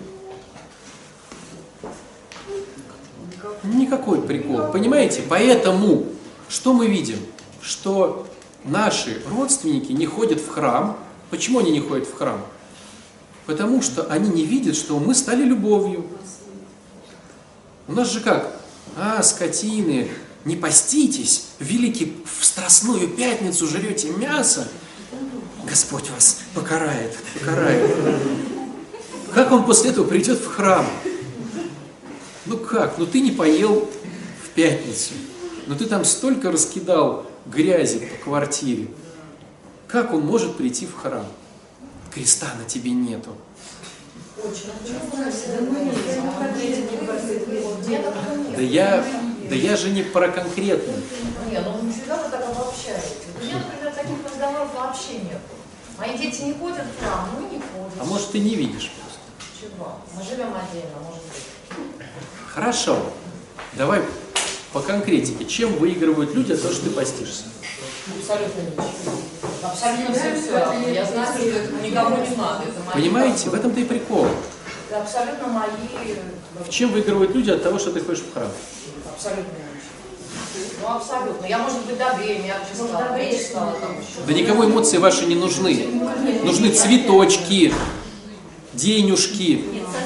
Speaker 1: Никакой прикол. Понимаете? Поэтому, что мы видим? Что наши родственники не ходят в храм. Почему они не ходят в храм? Потому что они не видят, что мы стали любовью. У нас же как? Скотины, не поститесь, в Страстную Пятницу жрете мясо, Господь вас покарает. Как он после этого придет в храм? Ну как? Ну ты не поел в пятницу, но ты там столько раскидал грязи по квартире. Как он может прийти в храм? Креста на тебе нету. Да я же не про конкретно.
Speaker 2: Нет, ну всегда вы так обобщаете. У меня, например, таких разговоров вообще нет. Мои дети не ходят в храм, мы не ходим.
Speaker 1: А может, ты не видишь просто?
Speaker 2: Чего? Мы живем отдельно, может быть.
Speaker 1: Хорошо. Давай по конкретике. Чем выигрывают люди от того, что ты постишься?
Speaker 2: Абсолютно ничего. Абсолютно все. Я знаю, что это никому не надо. Это мои.
Speaker 1: Понимаете, в этом-то и прикол.
Speaker 2: Это абсолютно мои.
Speaker 1: В чем выигрывают люди от того, что ты ходишь в храм?
Speaker 2: Абсолютно ничего. Ну, абсолютно. Я, может быть, добрее, мягче стала, там еще.
Speaker 1: Да никому эмоции ваши не нужны. Нужны цветочки, денежки.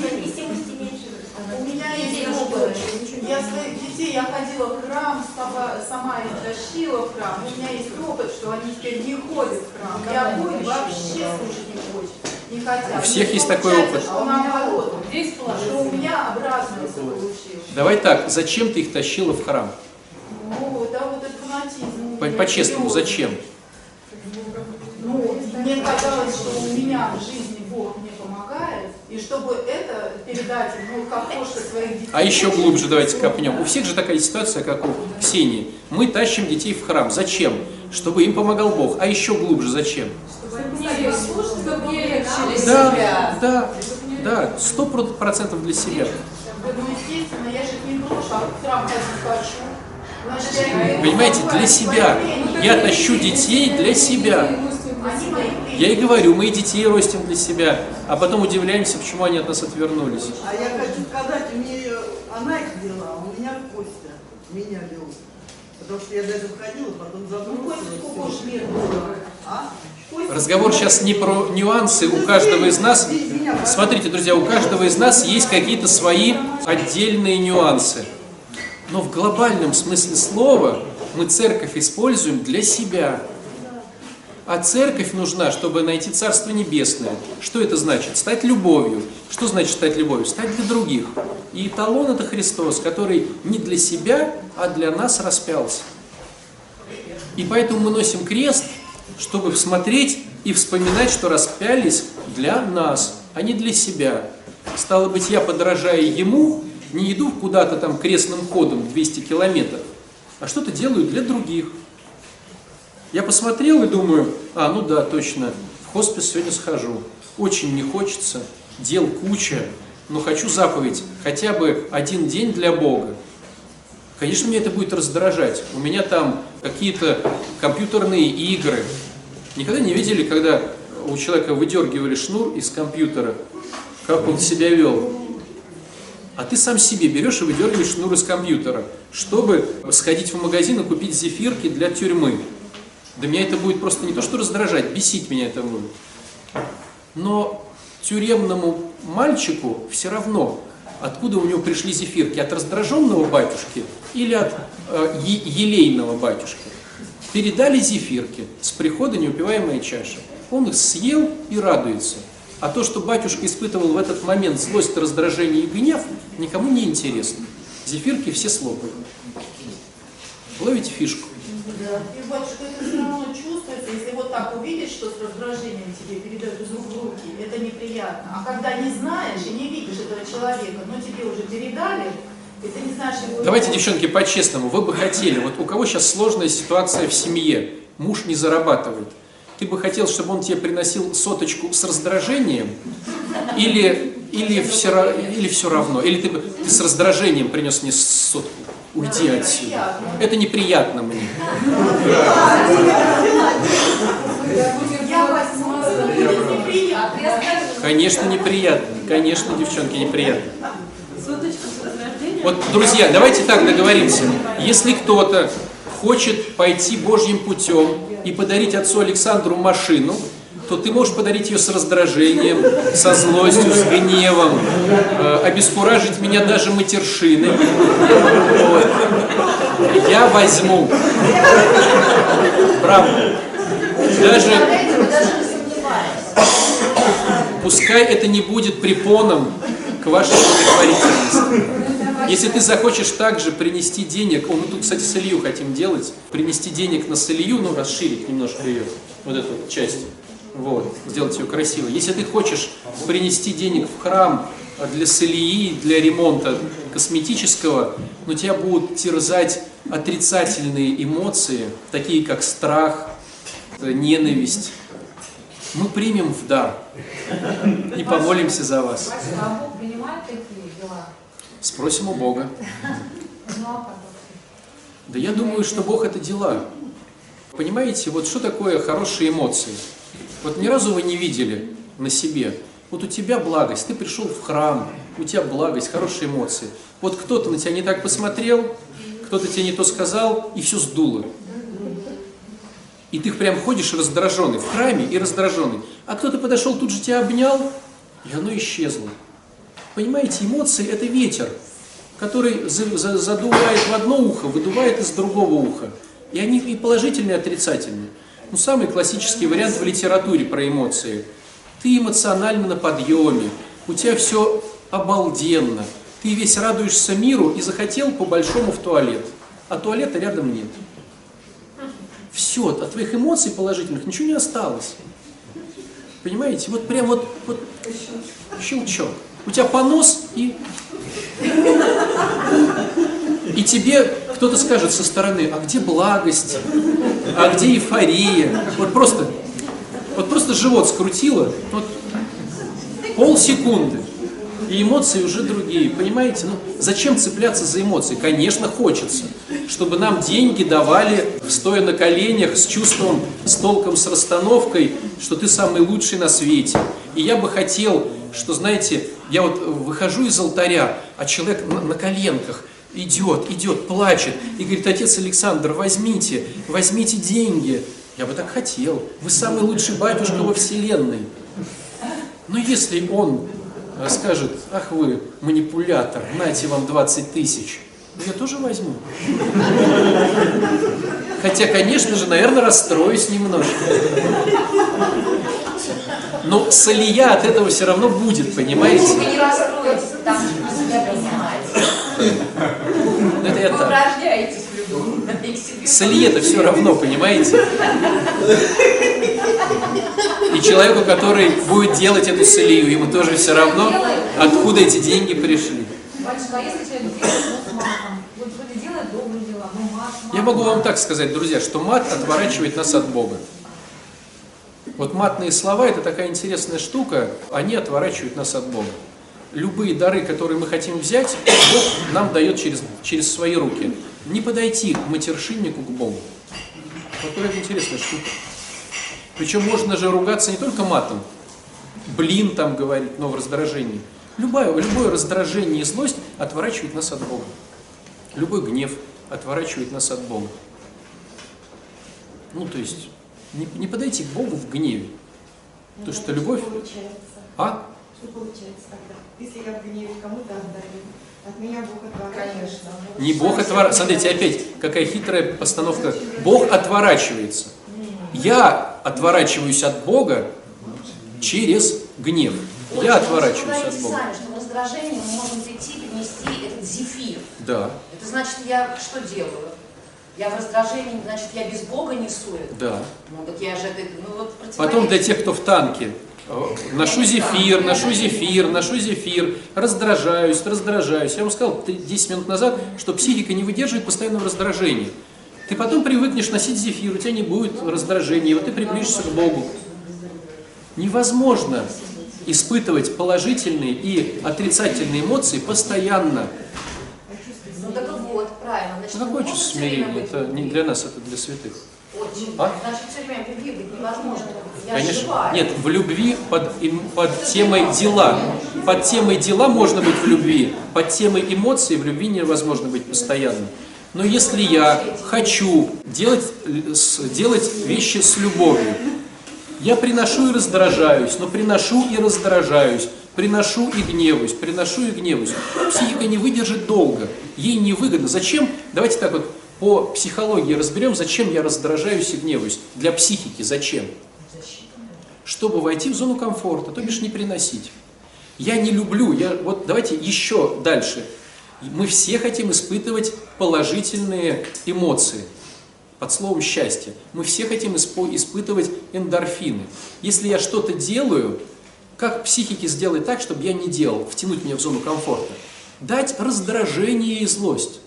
Speaker 6: У меня есть опыт. Я своих детей, я ходила в храм, сама их тащила в храм. У меня есть опыт, что они теперь не ходят в храм. Я буду вообще слушать не хочет. Не хотят.
Speaker 1: У всех есть такой опыт.
Speaker 6: Что наоборот, что у меня обратное получилось.
Speaker 1: Давай так, зачем ты их тащила в храм?
Speaker 6: Ну, да, вот этот фанатизм.
Speaker 1: По-честному, зачем?
Speaker 6: Ну, мне казалось, что у меня в жизни Бог мне помогает, и чтобы это передать, как кошка своих детей.
Speaker 1: А еще глубже давайте копнем. У всех же такая ситуация, как у Ксении. Мы тащим детей в храм. Зачем? Чтобы им помогал Бог. А еще глубже зачем? Да, 100% для себя.
Speaker 6: Ну, естественно, я же не брошу, а в храм ходить хочу.
Speaker 1: Понимаете, для себя. Я тащу детей для себя. Я и говорю, мы и детей ростим для себя, а потом удивляемся, почему они от нас отвернулись.
Speaker 5: А я хочу сказать, она их вела, а у меня Костя меня вел. Потому что я даже входила, потом забросила.
Speaker 1: Разговор сейчас не про нюансы у каждого из нас. Смотрите, друзья, у каждого из нас есть какие-то свои отдельные нюансы. Но в глобальном смысле слова мы церковь используем для себя. А церковь нужна, чтобы найти Царство Небесное. Что это значит? Стать любовью. Что значит стать любовью? Стать для других. И эталон — это Христос, который не для себя, а для нас распялся. И поэтому мы носим крест, чтобы смотреть и вспоминать, что распялись для нас, а не для себя. Стало быть, я, подражая ему, не иду куда-то там крестным ходом 200 километров, а что-то делаю для других. Я посмотрел и думаю, ну да, точно, в хоспис сегодня схожу. Очень не хочется, дел куча, но хочу заповедь хотя бы один день для Бога. Конечно, меня это будет раздражать. У меня там какие-то компьютерные игры. Никогда не видели, когда у человека выдергивали шнур из компьютера, как он себя вел? А ты сам себе берешь и выдергиваешь шнур из компьютера, чтобы сходить в магазин и купить зефирки для тюрьмы. Да меня это будет просто не то, что раздражать, бесить меня это будет. Но тюремному мальчику все равно, откуда у него пришли зефирки, от раздраженного батюшки или от елейного батюшки. Передали зефирки, с прихода неупиваемая чаша. Он их съел и радуется. А то, что батюшка испытывал в этот момент злость, раздражение и гнев, никому не интересно. Зефирки все слопают. Ловите фишку?
Speaker 6: Да. И, батюшка, это все равно чувствуется, если вот так увидишь, что с раздражением тебе передают из рук в руки, это неприятно. А когда не знаешь и не видишь этого человека, но тебе уже передали, и ты не знаешь его...
Speaker 1: Давайте, девчонки, по-честному, вы бы хотели, вот у кого сейчас сложная ситуация в семье, муж не зарабатывает, ты бы хотел, чтобы он тебе приносил соточку с раздражением, или все равно, или ты с раздражением принес мне сотку? Уйди отсюда. Это неприятно мне. Конечно, неприятно. Конечно, девчонки, неприятно. Вот, друзья, давайте так договоримся. Если кто-то хочет пойти Божьим путем и подарить отцу Александру машину, то ты можешь подарить ее с раздражением, со злостью, с гневом, обескуражить меня даже матершиной. Вот. Я возьму. Правда. Пускай это не будет препоном к вашей благотворительности. Если ты захочешь также принести денег, мы тут, кстати, с Илью хотим делать, принести денег на солью, расширить немножко ее, вот эту часть. Вот, сделать ее красивой. Если ты хочешь принести денег в храм для солии, для ремонта косметического, но тебя будут терзать отрицательные эмоции, такие как страх, ненависть, мы примем в дар и помолимся за вас.
Speaker 2: А Бог принимает такие дела?
Speaker 1: Спросим у Бога.
Speaker 2: Ну, а как?
Speaker 1: Да я думаю, что Бог это дела. Понимаете, вот что такое хорошие эмоции? Вот ни разу вы не видели на себе. Вот у тебя благость, ты пришел в храм, у тебя благость, хорошие эмоции. Вот кто-то на тебя не так посмотрел, кто-то тебе не то сказал, и все сдуло. И ты прям ходишь раздраженный, в храме и раздраженный. А кто-то подошел, тут же тебя обнял, и оно исчезло. Понимаете, эмоции – это ветер, который задувает в одно ухо, выдувает из другого уха. И они и положительные, и отрицательные. Самый классический вариант в литературе про эмоции. Ты эмоционально на подъеме, у тебя все обалденно, ты весь радуешься миру и захотел по-большому в туалет, а туалета рядом нет. Все, от твоих эмоций положительных ничего не осталось. Понимаете, вот прям вот щелчок. У тебя понос и тебе кто-то скажет со стороны, а где благость, а где эйфория? Вот просто живот скрутило, полсекунды, и эмоции уже другие, понимаете? Зачем цепляться за эмоции? Конечно, хочется, чтобы нам деньги давали, стоя на коленях, с чувством, с толком, с расстановкой, что ты самый лучший на свете. И я бы хотел, что, знаете, я вот выхожу из алтаря, а человек на коленках, идет, плачет и говорит: отец Александр, возьмите деньги. Я бы так хотел. Вы самый лучший батюшка во вселенной. Но если он скажет: ах вы, манипулятор, нате вам 20 тысяч, я тоже возьму. Хотя, конечно же, наверное, расстроюсь немножко. Но солия от этого все равно будет, понимаете?
Speaker 2: Вы не расстроитесь, потому что себя принимаете.
Speaker 1: Это я
Speaker 2: Вы
Speaker 1: так.
Speaker 2: рождаетесь в любви.
Speaker 1: Солие-то все равно, понимаете? И человеку, который будет делать эту селию, ему тоже все равно, откуда эти деньги пришли.
Speaker 2: Батюшка, а если человек делает с матом? Вот вроде делает добрые дела, но мат.
Speaker 1: Я могу вам так сказать, друзья, что мат отворачивает нас от Бога. Вот матные слова – это такая интересная штука, они отворачивают нас от Бога. Любые дары, которые мы хотим взять, Бог нам дает через свои руки. Не подойти к матершиннику, к Богу. Вот это интересная штука. Причем можно же ругаться не только матом, блин там говорить, но в раздражении. Любое раздражение и злость отворачивает нас от Бога. Любой гнев отворачивает нас от Бога. Ну, то есть, не подойти к Богу в гневе. Потому что любовь... А?
Speaker 8: Что получается тогда? Если я в гневе кому-то отдаю, от меня Бог отворачивается.
Speaker 2: Конечно.
Speaker 1: Не Бог отворачивается. Смотрите, опять, какая хитрая постановка. Бог отворачивается. Я отворачиваюсь от Бога через гнев. Я отворачиваюсь от Бога.
Speaker 2: Сами, что в раздражении мы можем прийти, принести этот зефир.
Speaker 1: Да.
Speaker 2: Это значит, я что делаю? Я в раздражении, значит, я без Бога несу это?
Speaker 1: Да.
Speaker 2: Ну, так я же это, ну, вот
Speaker 1: Потом для тех, кто в танке. Ношу зефир, раздражаюсь. Я вам сказал 10 минут назад, что психика не выдерживает постоянного раздражения. Ты потом привыкнешь носить зефир, у тебя не будет раздражения, и вот ты приближишься к Богу. Невозможно испытывать положительные и отрицательные эмоции постоянно.
Speaker 2: Ну так вот, правильно. Значит,
Speaker 1: Ну, какое чувство смирения? Это не для нас, это для святых.
Speaker 2: Очень.
Speaker 1: А?
Speaker 2: Значит, все время в любви быть невозможно. Я
Speaker 1: Конечно.
Speaker 2: живая.
Speaker 1: Нет, в любви под темой дела. Под темой дела можно быть в любви. Под темой эмоций в любви невозможно быть постоянно. Но если я хочу делать вещи с любовью, я приношу и раздражаюсь, но приношу и раздражаюсь, приношу и гневаюсь. Психика не выдержит долго, ей невыгодно. Зачем? Давайте так вот по психологии разберем, зачем я раздражаюсь и гневаюсь. Для психики зачем? Чтобы войти в зону комфорта, то бишь не приносить. Я не люблю, вот давайте еще дальше. Мы все хотим испытывать положительные эмоции. Под словом счастье. Мы все хотим испытывать эндорфины. Если я что-то делаю, как психике сделать так, чтобы я не делал, втянуть меня в зону комфорта? Дать раздражение и злость.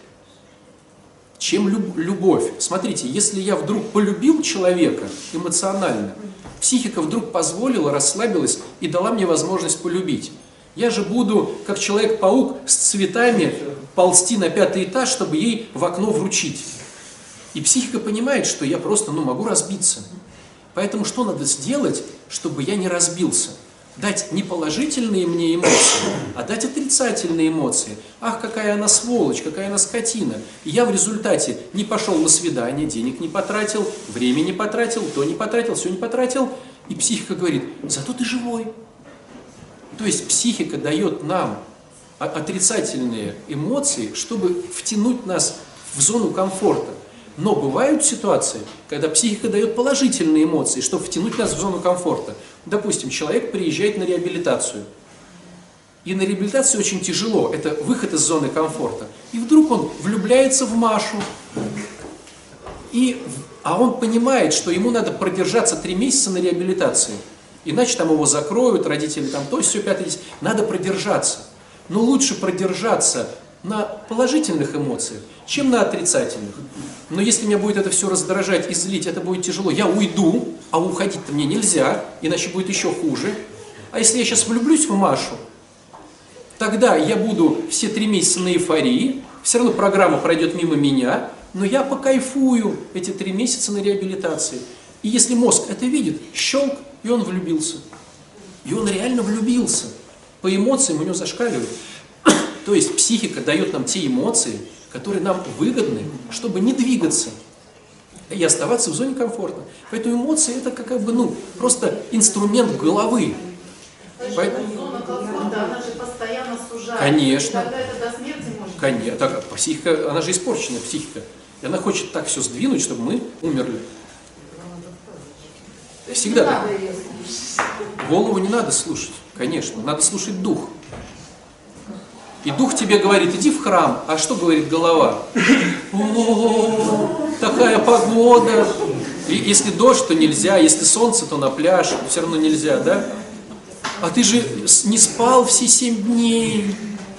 Speaker 1: Чем любовь? Смотрите, если я вдруг полюбил человека эмоционально, психика вдруг позволила, расслабилась и дала мне возможность полюбить. Я же буду, как Человек-паук, с цветами ползти на 5-й этаж, чтобы ей в окно вручить. И психика понимает, что я просто могу разбиться. Поэтому что надо сделать, чтобы я не разбился? Дать не положительные мне эмоции, а дать отрицательные эмоции. Ах, какая она сволочь, какая она скотина. И я в результате не пошел на свидание, денег не потратил, время не потратил, то не потратил, все не потратил. И психика говорит, зато ты живой. То есть психика дает нам отрицательные эмоции, чтобы втянуть нас в зону комфорта. Но бывают ситуации, когда психика дает положительные эмоции, чтобы втянуть нас в зону комфорта. Допустим, человек приезжает на реабилитацию. И на реабилитации очень тяжело, это выход из зоны комфорта. И вдруг он влюбляется в Машу. А он понимает, что ему надо продержаться 3 месяца на реабилитации. Иначе там его закроют, родители там то, все, 5-10. Надо продержаться. Но лучше продержаться на положительных эмоциях, чем на отрицательных. Но если меня будет это все раздражать и злить, это будет тяжело. Я уйду, а уходить-то мне нельзя, иначе будет еще хуже. А если я сейчас влюблюсь в Машу, тогда я буду все 3 месяца на эйфории, все равно программа пройдет мимо меня, но я покайфую эти 3 месяца на реабилитации. И если мозг это видит, щелк, и он влюбился. И он реально влюбился. По эмоциям у него зашкаливает. То есть психика дает нам те эмоции, которые нам выгодны, чтобы не двигаться и оставаться в зоне комфорта. Поэтому эмоции это просто инструмент головы.
Speaker 6: Поэтому зона комфорта, она же постоянно сужается.
Speaker 1: Конечно.
Speaker 6: Тогда это до смерти может.
Speaker 1: Конечно. Так, психика, она же испорченная психика. И она хочет так все сдвинуть, чтобы мы умерли. Всегда так. Голову не надо слушать, конечно. Надо слушать дух. И дух тебе говорит, иди в храм. А что говорит голова? О, такая погода, И если дождь, то нельзя, если солнце, то на пляж, все равно нельзя, да? А ты же не спал все 7 дней.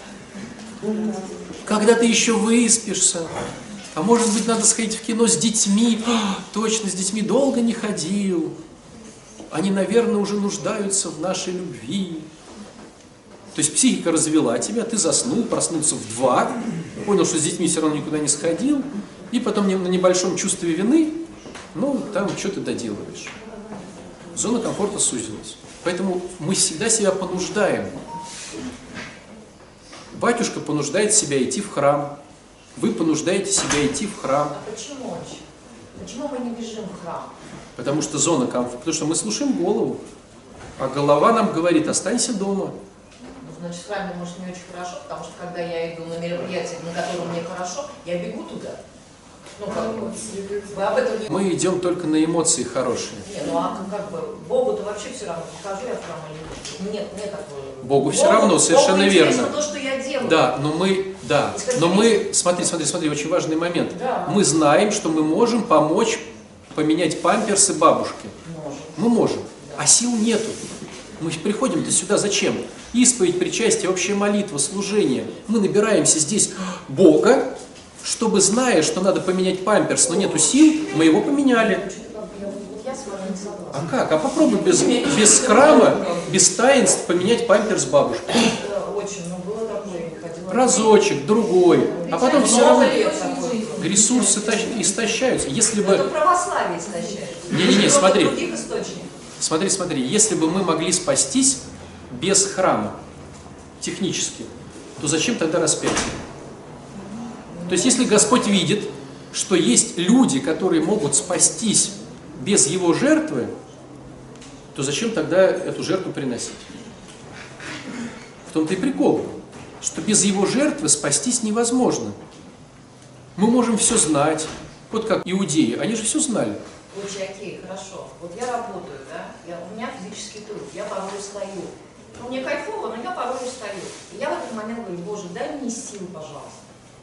Speaker 1: Когда ты еще выспишься? А может быть, надо сходить в кино с детьми? Точно, с детьми долго не ходил. Они, наверное, уже нуждаются в нашей любви. То есть психика развела тебя, ты заснул, проснулся в 2, понял, что с детьми все равно никуда не сходил, и потом на небольшом чувстве вины, ну, там что ты доделываешь. Зона комфорта сузилась. Поэтому мы всегда себя понуждаем. Батюшка понуждает себя идти в храм. Вы понуждаете себя идти в храм.
Speaker 2: А почему? Почему мы не бежим в храм?
Speaker 1: Потому что зона комфорта. Потому что мы слушаем голову. А голова нам говорит: останься дома.
Speaker 2: Ну, значит, в храме, может, не очень хорошо, потому что когда я иду на мероприятие, на котором мне хорошо, я бегу туда. Ну, как бы, вы об этом не...
Speaker 1: Мы идем только на эмоции хорошие.
Speaker 2: Не, ну а как бы Богу-то вообще все равно, покажу я в храм или нет. Нет такого.
Speaker 1: Богу все равно, совершенно
Speaker 2: Богу
Speaker 1: верно.
Speaker 2: то, что я делаю.
Speaker 1: Да, но мы, смотри, очень важный момент.
Speaker 2: Да.
Speaker 1: Мы знаем, что мы можем помочь поменять памперсы бабушке. Мы можем, а сил нету. Мы приходим-то сюда зачем? Исповедь, причастие, общая молитва, служение. Мы набираемся здесь Бога, чтобы, зная, что надо поменять памперс, но нету сил, мы его поменяли.
Speaker 2: Я с вами не согласна.
Speaker 1: А как? А попробуй без храма, без таинств поменять памперс бабушки.
Speaker 2: Очень, ну было такое, я не ходила.
Speaker 1: Разочек, другой. А потом все равно ресурсы
Speaker 2: Это
Speaker 1: истощаются. Если бы...
Speaker 2: православие истощает.
Speaker 1: Не-не-не, смотри.
Speaker 2: Других источников.
Speaker 1: Смотри, если бы мы могли спастись без храма, технически, то зачем тогда распятие? То есть, если Господь видит, что есть люди, которые могут спастись без Его жертвы, то зачем тогда эту жертву приносить? В том-то и прикол, что без Его жертвы спастись невозможно. Мы можем все знать, вот как иудеи, они же все знали.
Speaker 2: Лучше, окей, хорошо. Вот я работаю, да, у меня физический труд, я порой устаю. Ну, мне кайфово, но я порой устаю. И я в этот момент говорю: Боже, дай мне сил, пожалуйста.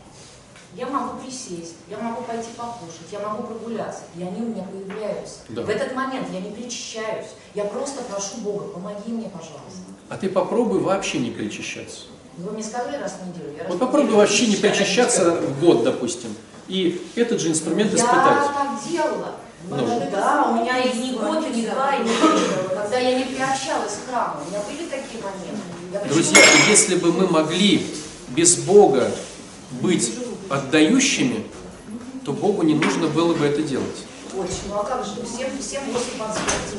Speaker 2: Я могу присесть, я могу пойти покушать, я могу прогуляться, и они у меня появляются.
Speaker 1: Да.
Speaker 2: В этот момент я не причащаюсь, я просто прошу Бога: помоги мне, пожалуйста.
Speaker 1: А ты попробуй вообще не причащаться.
Speaker 2: Вы мне сказали раз в неделю? Я раз
Speaker 1: Вот
Speaker 2: в
Speaker 1: попробуй
Speaker 2: неделю
Speaker 1: вообще не причащаться в год, допустим, и этот же инструмент испытать.
Speaker 2: Я так делала.
Speaker 1: Ну.
Speaker 2: Да, у меня и не год, и не 2, и не 3, когда я не приобщалась к храму. У меня были такие моменты.
Speaker 1: Друзья, если бы мы могли без Бога быть отдающими, то Богу не нужно было бы это делать.
Speaker 2: Очень. Ну а как же, всем 8 под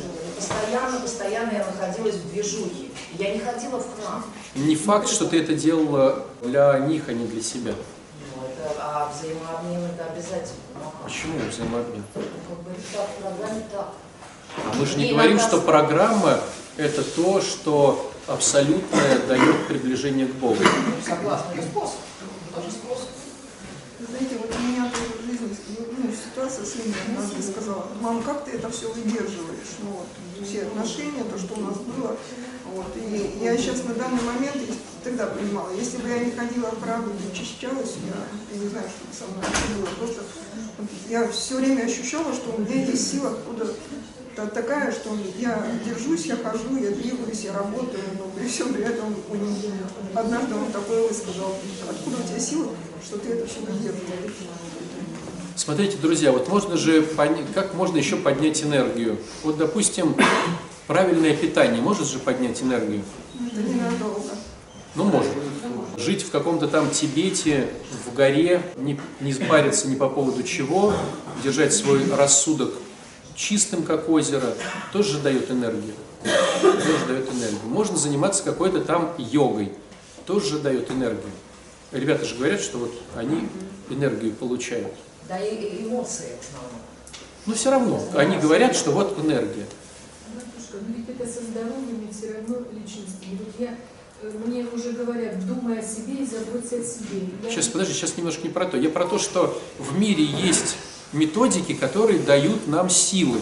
Speaker 2: постоянно я находилась в движухе. Я не ходила в храм.
Speaker 1: Не факт, что ты это делала для них, а не для себя.
Speaker 2: Ну, это, взаимообмен это обязательно.
Speaker 1: Почему взаимообмен?
Speaker 2: Как бы так, в программе так.
Speaker 1: А мы же не говорим, что программа – это то, что абсолютно дает приближение к Богу.
Speaker 2: Согласна, это способ. Тоже способ.
Speaker 8: Знаете, вот у меня тоже в жизни ситуация с Леной однажды сказала: мам, как ты это все выдерживаешь? Ну, вот, все отношения, то, что у нас было. Вот. И я сейчас на данный момент, тогда понимала, если бы я не ходила в храм и причащалась, я не знаю, что бы со мной было. Просто вот, я все время ощущала, что у меня есть сила откуда-то такая, что я держусь, я хожу, я двигаюсь, я работаю, но при всем при этом однажды он такое высказал: откуда у тебя сила, что ты это все выдерживаешь?
Speaker 1: Смотрите, друзья, вот можно же, как можно еще поднять энергию? Вот, допустим, правильное питание может же поднять энергию?
Speaker 8: Это ненадолго.
Speaker 1: Ну, может. Жить в каком-то там Тибете, в горе, не париться ни по поводу чего, держать свой рассудок чистым, как озеро, тоже дает энергию. Тоже дает энергию. Можно заниматься какой-то там йогой, тоже дает энергию. Ребята же говорят, что вот они энергию получают.
Speaker 2: Да, и эмоции в основном.
Speaker 1: Но все равно, они говорят, что вот энергия.
Speaker 3: Матушка, но ведь это со здоровьем и все равно личности. И вот мне уже говорят: думай о себе и заботься о себе.
Speaker 1: Сейчас, подожди, сейчас немножко не про то. Я про то, что в мире есть методики, которые дают нам силы.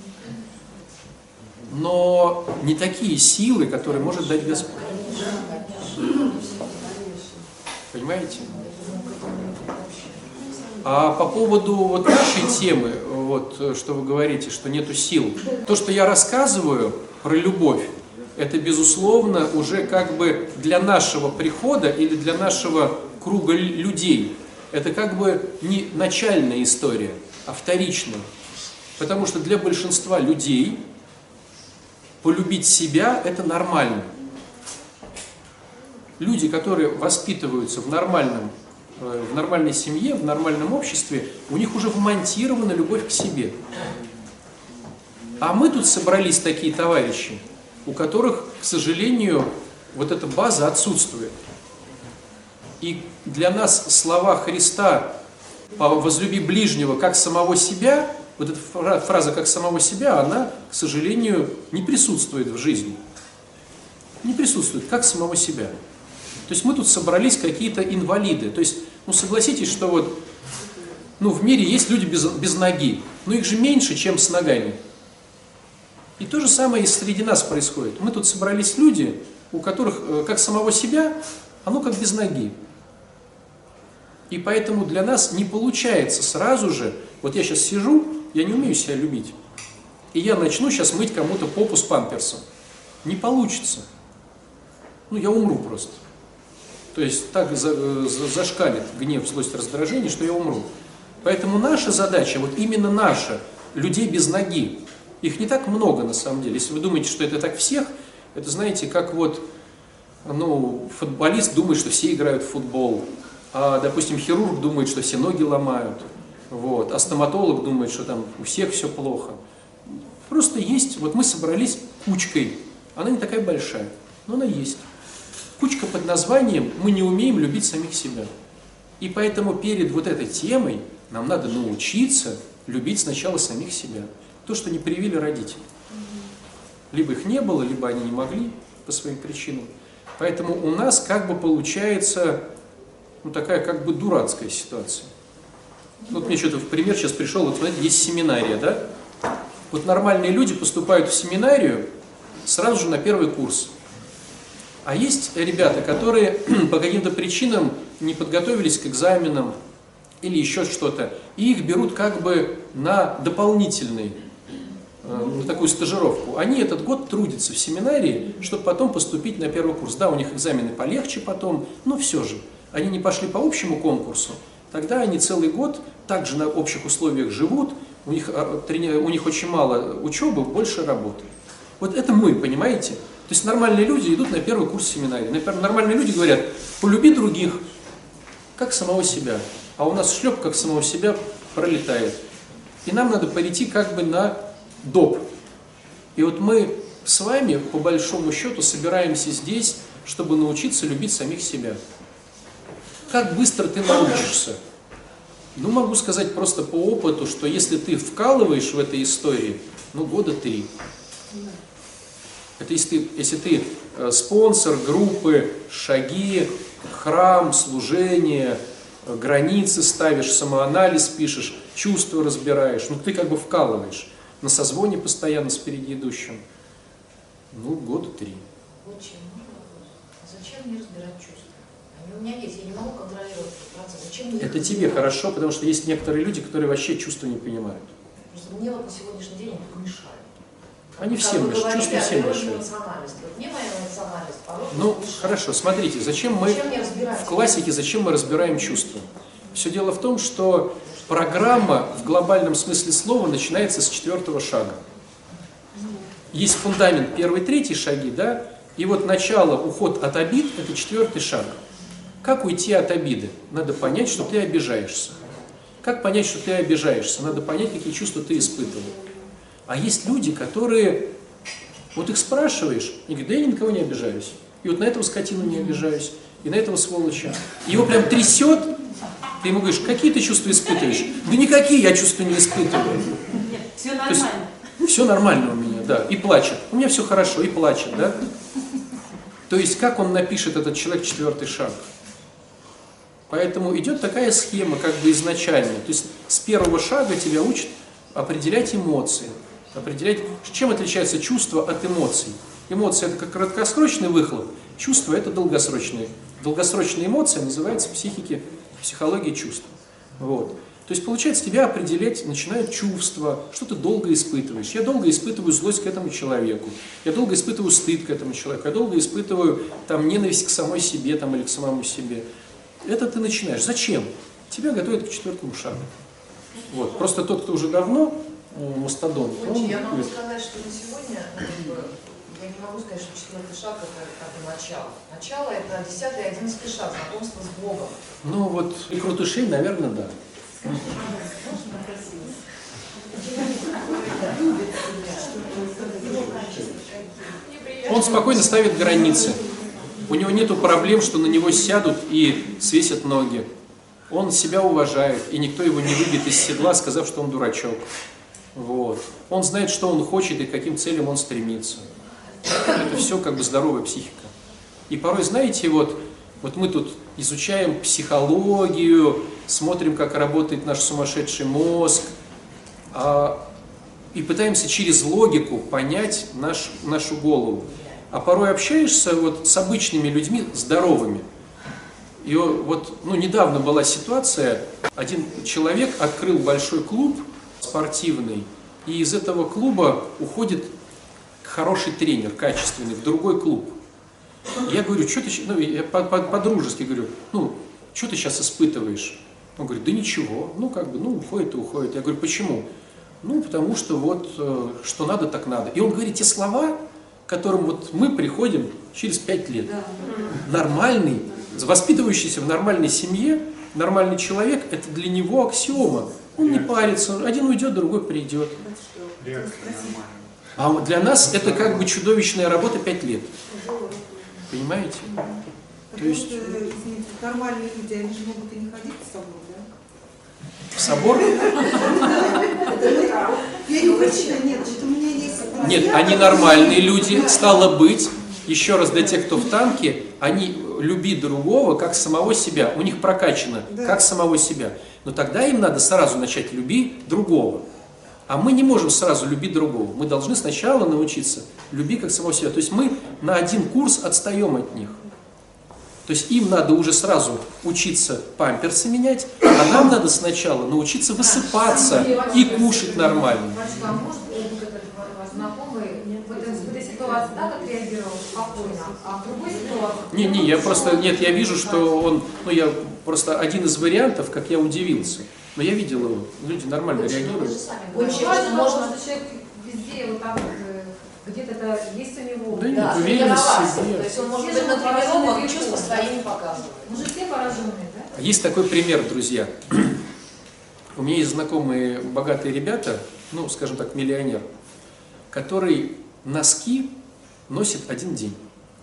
Speaker 1: Но не такие силы, которые может дать Господь. Понимаете? А по поводу вот нашей темы, вот, что вы говорите, что нету сил. То, что я рассказываю про любовь, это, безусловно, уже как бы для нашего прихода или для нашего круга людей. Это как бы не начальная история, а вторичная. Потому что для большинства людей полюбить себя – это нормально. Люди, которые воспитываются в нормальной семье, в нормальном обществе, у них уже вмонтирована любовь к себе. А мы тут собрались такие товарищи, у которых, к сожалению, вот эта база отсутствует. И для нас слова Христа «возлюби ближнего как самого себя», вот эта фраза «как самого себя», она, к сожалению, не присутствует в жизни. Не присутствует, как самого себя. То есть мы тут собрались какие-то инвалиды. То есть, ну согласитесь, что вот, ну в мире есть люди без ноги, но их же меньше, чем с ногами. И то же самое и среди нас происходит. Мы тут собрались люди, у которых как самого себя, оно как без ноги. И поэтому для нас не получается сразу же, вот я сейчас сижу, я не умею себя любить, и я начну сейчас мыть кому-то попу с памперсом. Не получится. Ну я умру просто. То есть так зашкалит гнев, злость, раздражение, что я умру. Поэтому наша задача, вот именно наша, людей без ноги, их не так много на самом деле. Если вы думаете, что это так всех, это знаете, как вот, ну, футболист думает, что все играют в футбол, а, допустим, хирург думает, что все ноги ломают, вот, а стоматолог думает, что там у всех все плохо. Просто есть, вот мы собрались кучкой, она не такая большая, но она есть. Кучка под названием «Мы не умеем любить самих себя». И поэтому перед вот этой темой нам надо научиться любить сначала самих себя. То, что не привили родители. Либо их не было, либо они не могли по своим причинам. Поэтому у нас как бы получается, ну, такая как бы дурацкая ситуация. Вот мне что-то в пример сейчас пришел, вот смотрите, есть семинария, да? Вот нормальные люди поступают в семинарию сразу же на первый курс. А есть ребята, которые по каким-то причинам не подготовились к экзаменам или еще что-то, и их берут как бы на дополнительный, на такую стажировку. Они этот год трудятся в семинарии, чтобы потом поступить на первый курс. Да, у них экзамены полегче потом, но все же. Они не пошли по общему конкурсу, тогда они целый год также на общих условиях живут, у них очень мало учебы, больше работы. Вот это мы, понимаете? То есть нормальные люди идут на первый курс семинарии. Нормальные люди говорят: полюби других, как самого себя. А у нас шлеп, как самого себя, пролетает. И нам надо перейти как бы на доп. И вот мы с вами, по большому счету, собираемся здесь, чтобы научиться любить самих себя. Как быстро ты научишься? Ну, могу сказать просто по опыту, что если ты вкалываешь в этой истории, ну, года 3. Это если ты спонсор группы, шаги, храм, служение, границы ставишь, самоанализ пишешь, чувства разбираешь, ну ты как бы вкалываешь. На созвоне постоянно с впереди идущим. Ну, года 3.
Speaker 2: Вот чем можно вопрос. Зачем мне разбирать чувства? Они у меня есть, я не могу контролировать этот процесс. Зачем мне
Speaker 1: Это тебе хорошо, потому что есть некоторые люди, которые вообще чувства не понимают.
Speaker 2: Просто мне вот на сегодняшний день это мешает.
Speaker 1: Они всем мешают, чувства всем мешают.
Speaker 2: Вот мне моя эмоциональность порой
Speaker 1: Ну,
Speaker 2: мешает.
Speaker 1: хорошо, смотрите, зачем мы в классике, зачем мы разбираем чувства? Все дело в том, что программа в глобальном смысле слова начинается с 4-го шага. Есть фундамент 1-й, 3-й шаги, да? И вот начало, уход от обид – это 4-й шаг. Как уйти от обиды? Надо понять, что ты обижаешься. Как понять, что ты обижаешься? Надо понять, какие чувства ты испытывал. А есть люди, которые, вот их спрашиваешь, и говорят: да я ни на кого не обижаюсь. И вот на этого скотину не обижаюсь, и на этого сволоча. И его прям трясет, ты ему говоришь: какие ты чувства испытываешь? Да никакие я чувства не испытываю.
Speaker 6: Нет, все нормально.
Speaker 1: Все нормально у меня, да, и плачет. У меня все хорошо, и плачет, да. То есть, как он напишет, этот человек, 4-й шаг? Поэтому идет такая схема, как бы изначальная. То есть, с 1-го шага тебя учат определять эмоции. Определять, чем отличается чувство от эмоций. Эмоции – это как краткосрочный выхлоп, чувство – это долгосрочные. Долгосрочные эмоции называются в психологии чувства. Вот. То То есть, получается, тебя определять начинают чувства, что ты долго испытываешь. Я долго испытываю злость к этому человеку, я долго испытываю стыд к этому человеку, я долго испытываю там, ненависть к самой себе там, или к самому себе. Это ты начинаешь. Зачем? Тебя готовят к 4-му шагу. Вот. Просто тот, кто уже давно мастодон, он...
Speaker 2: Я могу сказать, что на сегодня, я не могу сказать, что 4-й шаг это начало. Начало это 10-й и 11-й шаг, знакомство с Богом.
Speaker 1: Ну вот, и крутышей, наверное, да. Он спокойно ставит границы. У него нет проблем, что на него сядут и свесят ноги. Он себя уважает, и никто его не выбьет из седла, сказав, что он дурачок. Вот. Он знает, что он хочет и к каким целям он стремится. Это все как бы здоровая психика. И порой, знаете, вот мы тут изучаем психологию, смотрим, как работает наш сумасшедший мозг, и пытаемся через логику понять нашу голову. А порой общаешься вот с обычными людьми, здоровыми. И вот недавно была ситуация, один человек открыл большой клуб спортивный, и из этого клуба уходит хороший тренер, качественный, в другой клуб. Я говорю, что ты, я по-дружески говорю, что ты сейчас испытываешь? Он говорит, да ничего, уходит и уходит. Я говорю, почему? Потому что что надо, так надо. И он говорит те слова, к которым мы приходим через 5 лет. Нормальный, воспитывающийся в нормальной семье, нормальный человек, это для него аксиома. Он не парится, один уйдет, другой придет. А для нас это как бы чудовищная работа 5 лет. Понимаете? То есть...
Speaker 3: Извините, нормальные люди, они же могут и не ходить в собор, да?
Speaker 1: В собор?
Speaker 3: Я не хочу, нет, у меня есть...
Speaker 1: Нет, они нормальные люди, стало быть, еще раз для тех, кто в танке, они люби другого, как самого себя. У них прокачано, как самого себя. Но тогда им надо сразу начать любить другого. А мы не можем сразу любить другого. Мы должны сначала научиться любить как самого себя. То есть мы на один курс отстаем от них. То есть им надо уже сразу учиться памперсы менять, а нам надо сначала научиться высыпаться и кушать нормально.
Speaker 9: А может ваш знакомый в этой ситуации так отреагировал спокойно, а в другой ситуации...
Speaker 1: Нет, я вижу, что он, я просто один из вариантов, как я удивился. Но я видел его, люди нормально реагируют.
Speaker 9: Очень важно, что человек везде вот так где-то это есть у него.
Speaker 1: Да нет, уверенность в себе.
Speaker 2: То есть он может быть натренирован, чувства свои не показывает.
Speaker 9: Мы же все пораженные, да?
Speaker 1: Есть такой пример, друзья. У меня есть знакомые богатые ребята, скажем так, миллионер, который носки носит 1 день.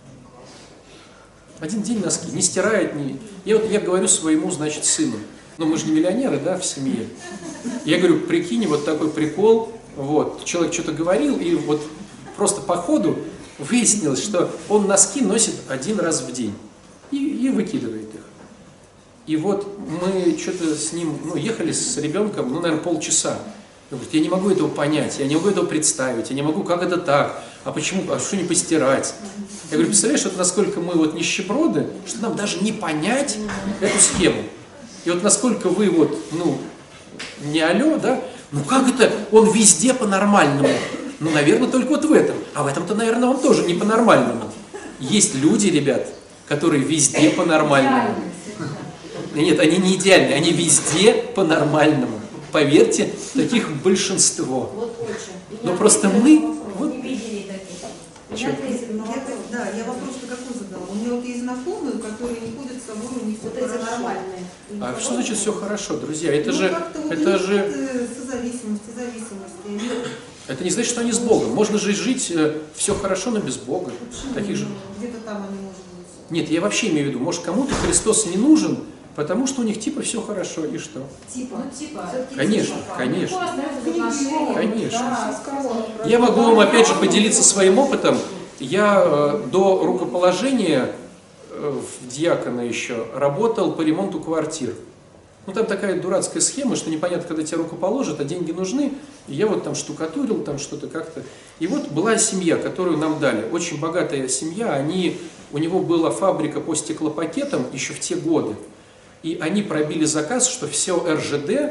Speaker 1: 1 день носки, не стирает, Я говорю своему, сыну, мы же не миллионеры, да, в семье. Я говорю, прикинь, вот такой прикол, человек что-то говорил, и просто по ходу выяснилось, что он носки носит 1 раз в день и выкидывает их. И мы что-то с ним, ехали с ребенком, наверное, полчаса. Он говорит, я не могу этого понять, я не могу этого представить, я не могу, как это так, а почему, а что не постирать? Я говорю, представляешь, насколько мы нищеброды, что нам даже не понять эту схему. И насколько вы не алло, да, как это, он везде по-нормальному. Наверное, только в этом. А в этом-то, наверное, он тоже не по-нормальному. Есть люди, ребят, которые везде по-нормальному. Нет, они не идеальные, они везде по-нормальному. Поверьте, таких большинство. Но просто мы...
Speaker 9: Не видели таких.
Speaker 3: Я вопрос-то какой задала? У меня есть знакомые, которые не ходят с собой, у них все хорошо.
Speaker 1: А что значит все хорошо, друзья? Это же...
Speaker 3: Созависимости.
Speaker 1: Это не значит, что они с Богом. Можно же жить все хорошо, но без Бога. Таких же...
Speaker 3: Где-то там они, может быть.
Speaker 1: Нет, я вообще имею в виду, может, кому-то Христос не нужен, потому что у них все хорошо, и что? Конечно. Конечно. Я могу вам опять же поделиться своим опытом. Я до рукоположения в диакона еще работал по ремонту квартир. Там такая дурацкая схема, что непонятно, когда тебя руку положат, а деньги нужны. И я там штукатурил, там что-то как-то. И была семья, которую нам дали. Очень богатая семья. У него была фабрика по стеклопакетам еще в те годы. И они пробили заказ, что все РЖД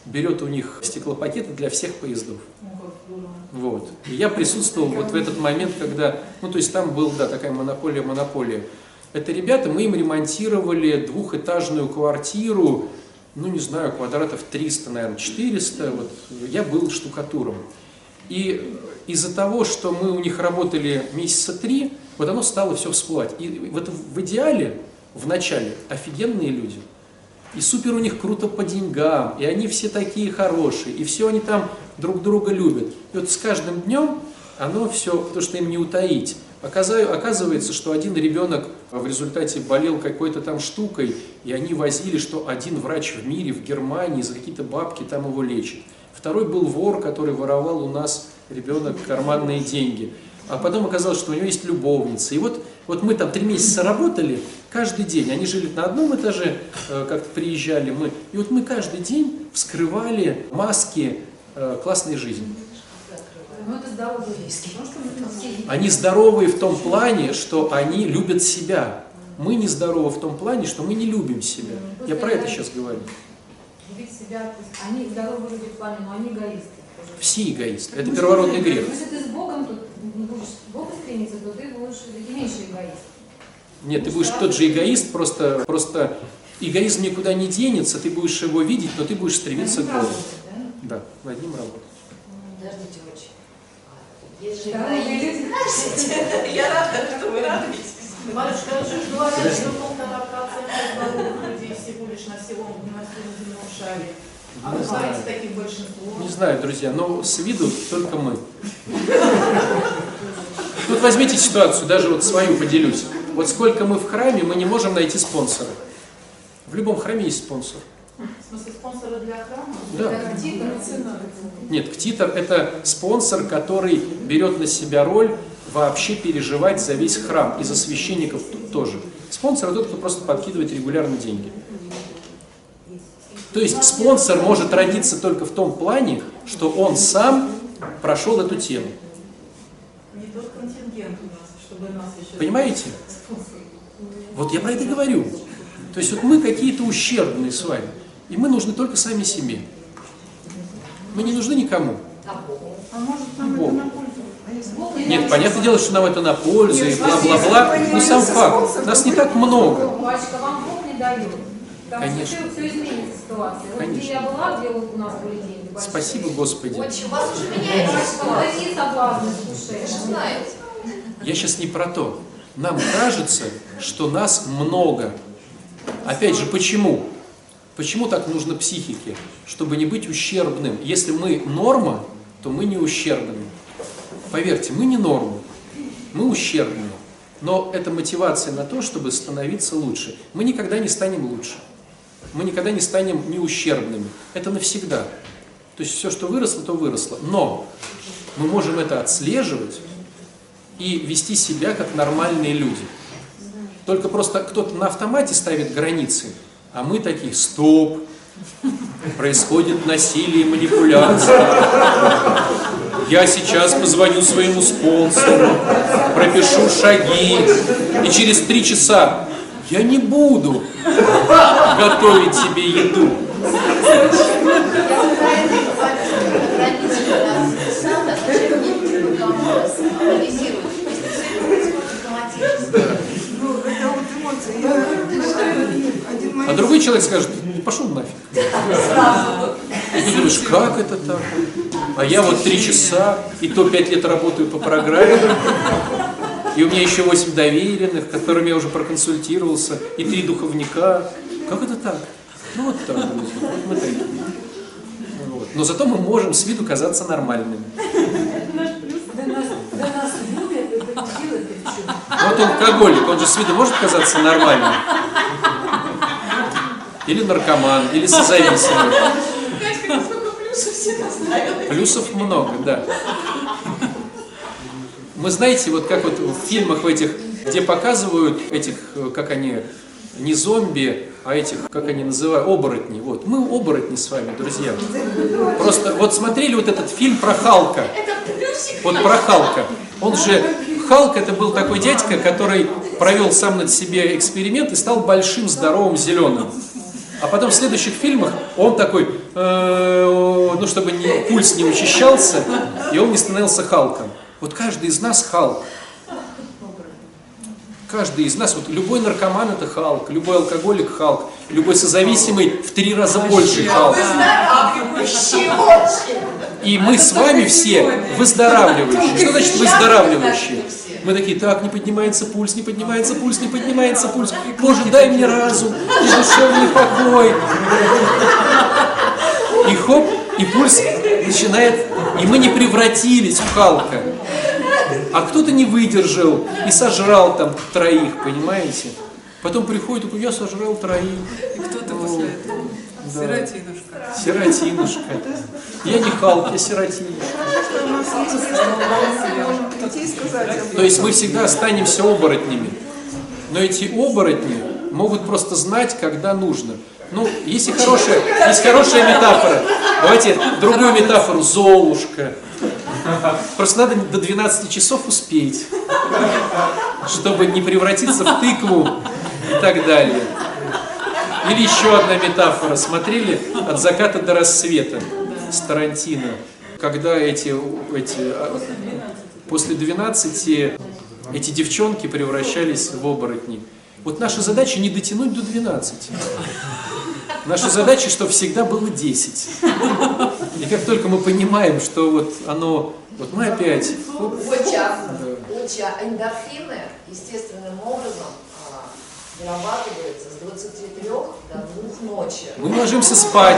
Speaker 1: берет у них стеклопакеты для всех поездов. Вот. И я присутствовал вот в этот момент, когда, ну то есть там была, да, такая монополия. Это ребята, мы им ремонтировали двухэтажную квартиру, ну не знаю, квадратов 300, наверное, 400, вот. Я был штукатуром. И из-за того, что мы у них работали месяца 3, вот оно стало все всплывать. И вот в идеале, в начале, офигенные люди. И супер у них круто по деньгам, и они все такие хорошие, и все они там друг друга любят. И вот с каждым днем оно все, потому что им не утаить. Оказывается, что один ребенок в результате болел какой-то там штукой, и они возили, что один врач в мире, в Германии, за какие-то бабки там его лечит. Второй был вор, который воровал у нас, ребенок, карманные деньги. А потом оказалось, что у него есть любовница. И вот мы там 3 месяца работали, каждый день. Они жили на одном этаже, как-то приезжали мы. И вот мы каждый день вскрывали маски классной жизни.
Speaker 9: Ну, это здоровые риски.
Speaker 1: Они здоровые в том плане, что они любят себя. Мы не здоровы в том плане, что мы не любим себя. Я про это сейчас говорю.
Speaker 9: Любить себя, то есть они здоровые люди в плане, но они эгоисты.
Speaker 1: Все эгоисты. Это первородный грех.
Speaker 9: Если ты с Богом, то не будешь с Богом стремиться, то ты будешь меньше эгоист.
Speaker 1: Нет, ты будешь тот же эгоист, просто эгоизм никуда не денется, ты будешь его видеть, но ты будешь стремиться к Богу. Да, над ним работать.
Speaker 2: Подождите, очень. Есть же
Speaker 9: Да,
Speaker 2: я рада, что вы радуетесь.
Speaker 6: Батюшка, я же говорю, что 1,5% здоровых людей всего лишь на всем земном шаре. А вы знаете таких большинство?
Speaker 1: Не знаю, друзья, но с виду только мы. Тут возьмите ситуацию, даже вот свою поделюсь. Вот сколько мы в храме, мы не можем найти спонсора. В любом храме есть спонсор.
Speaker 6: В смысле, спонсора для храма?
Speaker 1: Да.
Speaker 6: Это ктитор?
Speaker 1: Нет, ктитор – это спонсор, который берет на себя роль вообще переживать за весь храм, и за священников тоже. Спонсор – это тот, кто просто подкидывает регулярно деньги. То есть спонсор может родиться только в том плане, что он сам прошел эту тему.
Speaker 6: Не тот контингент у нас, чтобы нас еще...
Speaker 1: Понимаете? Вот я про это говорю. То есть вот мы какие-то ущербные с вами, и мы нужны только сами себе. Мы не нужны никому.
Speaker 6: А может нам это на пользу?
Speaker 1: Нет, понятное дело, что нам это на пользу и бла-бла-бла, но сам факт, нас не так много.
Speaker 9: Батюшка, вам Бог не дает. Потому
Speaker 1: Конечно.
Speaker 9: что все изменится ситуация. Вот
Speaker 1: Конечно.
Speaker 9: где я была, где вот у нас были деньги большие.
Speaker 1: Спасибо, Господи.
Speaker 2: Очень, у вас уже меняется ситуация.
Speaker 9: Какие соблазны в душе?
Speaker 2: Вы же знаете.
Speaker 1: Я сейчас не про то. Нам кажется, что нас много. Опять же, почему? Почему так нужно психике? Чтобы не быть ущербным. Если мы норма, то мы не ущербные. Поверьте, мы не норма, мы ущербные. Но это мотивация на то, чтобы становиться лучше. Мы никогда не станем лучше. Мы никогда не станем неущербными. Это навсегда. То есть все, что выросло, то выросло. Но мы можем это отслеживать и вести себя как нормальные люди. Только просто кто-то на автомате ставит границы, а мы такие: стоп, происходит насилие и манипуляция. Я сейчас позвоню своему спонсору, пропишу шаги, и через 3 часа я не буду готовить тебе еду. А другой человек скажет: пошел нафиг. И ты думаешь, как это так? А я вот 3 часа, и то 5 лет работаю по программе, и у меня еще 8 доверенных, которыми я уже проконсультировался, и 3 духовника. Как это так? Ну вот так, друзья, вот мы такие. Вот. Но зато мы можем с виду казаться нормальными. Вот он алкоголик, он же с виду может казаться нормальным. Или наркоман, или созависимый. Плюсов много, да. Мы знаете, вот как вот в фильмах в этих, где показывают этих, как они, не зомби, а этих, как они называют, оборотни. Вот, мы оборотни с вами, друзья. Просто вот смотрели вот этот фильм про Халка. Вот про Халка. Он же, Халк это был такой дядька, который провел сам над себе эксперимент и стал большим, здоровым, зеленым. А потом в следующих фильмах он такой, ну чтобы пульс не учащался, и он не становился Халком. Вот каждый из нас Халк. Каждый из нас, вот любой наркоман это Халк, любой алкоголик Халк, любой созависимый в 3 раза больше Халк. И мы с вами все выздоравливающие. Что значит выздоравливающие? Мы такие, так, не поднимается пульс, не поднимается пульс, не поднимается пульс. Боже, дай мне разум и душевный покой. И хоп, и пульс начинает, и мы не превратились в Халка. А кто-то не выдержал и сожрал там 3, понимаете? Потом приходит, такой, я сожрал 3.
Speaker 10: И кто-то после этого?
Speaker 1: Да.
Speaker 10: Сиротинушка.
Speaker 1: Сиротинушка. Я не Халк, я сиротинушка. То есть мы всегда останемся оборотнями. Но эти оборотни могут просто знать, когда нужно. Ну, есть хорошая метафора. Давайте другую метафору. Золушка. Просто надо до 12 часов успеть, чтобы не превратиться в тыкву и так далее. Или еще одна метафора. Смотрели «От заката до рассвета» с Тарантино. Когда после 12 эти девчонки превращались в оборотней. Вот наша задача не дотянуть до 12. Наша задача, чтобы всегда было 10. И как только мы понимаем, что вот оно, вот мы опять...
Speaker 2: Эндорфины естественным образом вырабатываются с 23 до 2 ночи.
Speaker 1: Мы ложимся спать.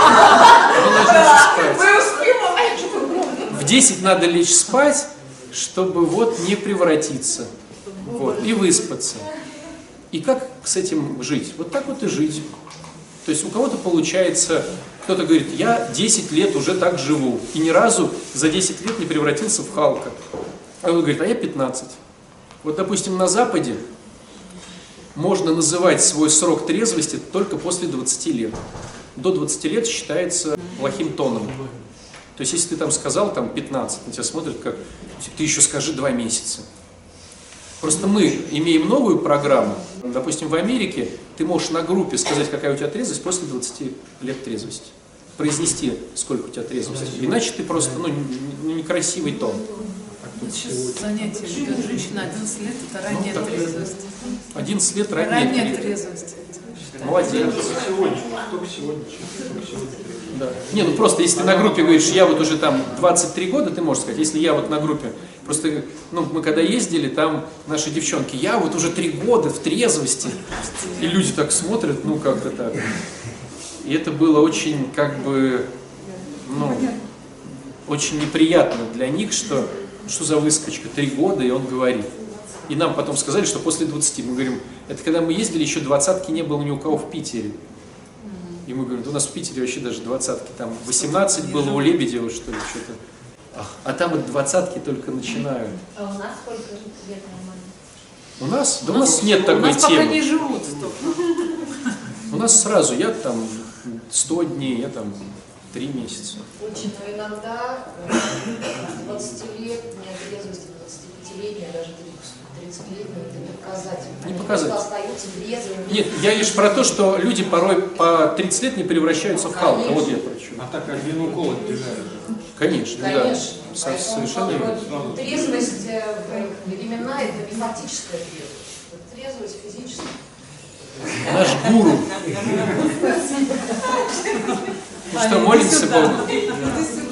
Speaker 1: В 10 надо лечь спать, чтобы вот не превратиться. Вот, и выспаться. И как с этим жить? Вот так вот и жить. То есть у кого-то получается, кто-то говорит, я 10 лет уже так живу, и ни разу за 10 лет не превратился в Халка. А он говорит, а я 15. Вот, допустим, на Западе можно называть свой срок трезвости только после 20 лет. До 20 лет считается плохим тоном. То есть, если ты там сказал там 15, на тебя смотрят как, ты еще скажи 2 месяца. Просто мы имеем новую программу. Допустим, в Америке ты можешь на группе сказать, какая у тебя трезвость после 20 лет трезвости. Произнести, сколько у тебя трезвости. Иначе ты просто, некрасивый тон.
Speaker 10: Сейчас занятие ведет женщина 11 лет, это ранняя трезвость.
Speaker 1: 11 лет ранняя
Speaker 10: трезвость.
Speaker 1: Молодец.
Speaker 4: Только сегодня.
Speaker 1: Да. Не, ну просто если ты на группе говоришь, я вот уже там 23 года, ты можешь сказать, если я вот на группе, просто, мы когда ездили, там наши девчонки, я вот уже 3 года в трезвости, и люди так смотрят, как-то так. И это было очень, очень неприятно для них, что за выскочка, 3 года, и он говорит. И нам потом сказали, что после 20, мы говорим, это когда мы ездили, еще 20-ки не было ни у кого в Питере. И мы говорим, у нас в Питере вообще даже 20-ки, там 18 было у Лебедева, что ли, что-то. А там вот 20-ки только начинают.
Speaker 2: А у нас сколько лет нормально?
Speaker 1: У нас? Да у нас нет такой темы.
Speaker 10: У нас пока не живут столько.
Speaker 1: У нас сразу, я там 100 дней, я там 3 месяца.
Speaker 2: Очень, но иногда 20 лет, нетрезвости, 25-летняя, даже 30-летняя, это не показатель.
Speaker 1: Не показатель.
Speaker 2: Они остаются трезвыми.
Speaker 1: Нет, я лишь про то, что люди порой по 30 лет не превращаются в Халка. Вот я про что.
Speaker 4: А так один укол отбежает.
Speaker 1: Конечно,
Speaker 2: Конечно.
Speaker 1: Да. Совершенно верно.
Speaker 2: Трезвость времена – это не фактическая трезвость. Это трезвость физическая.
Speaker 1: Наш гуру. Ну что, молимся Богу?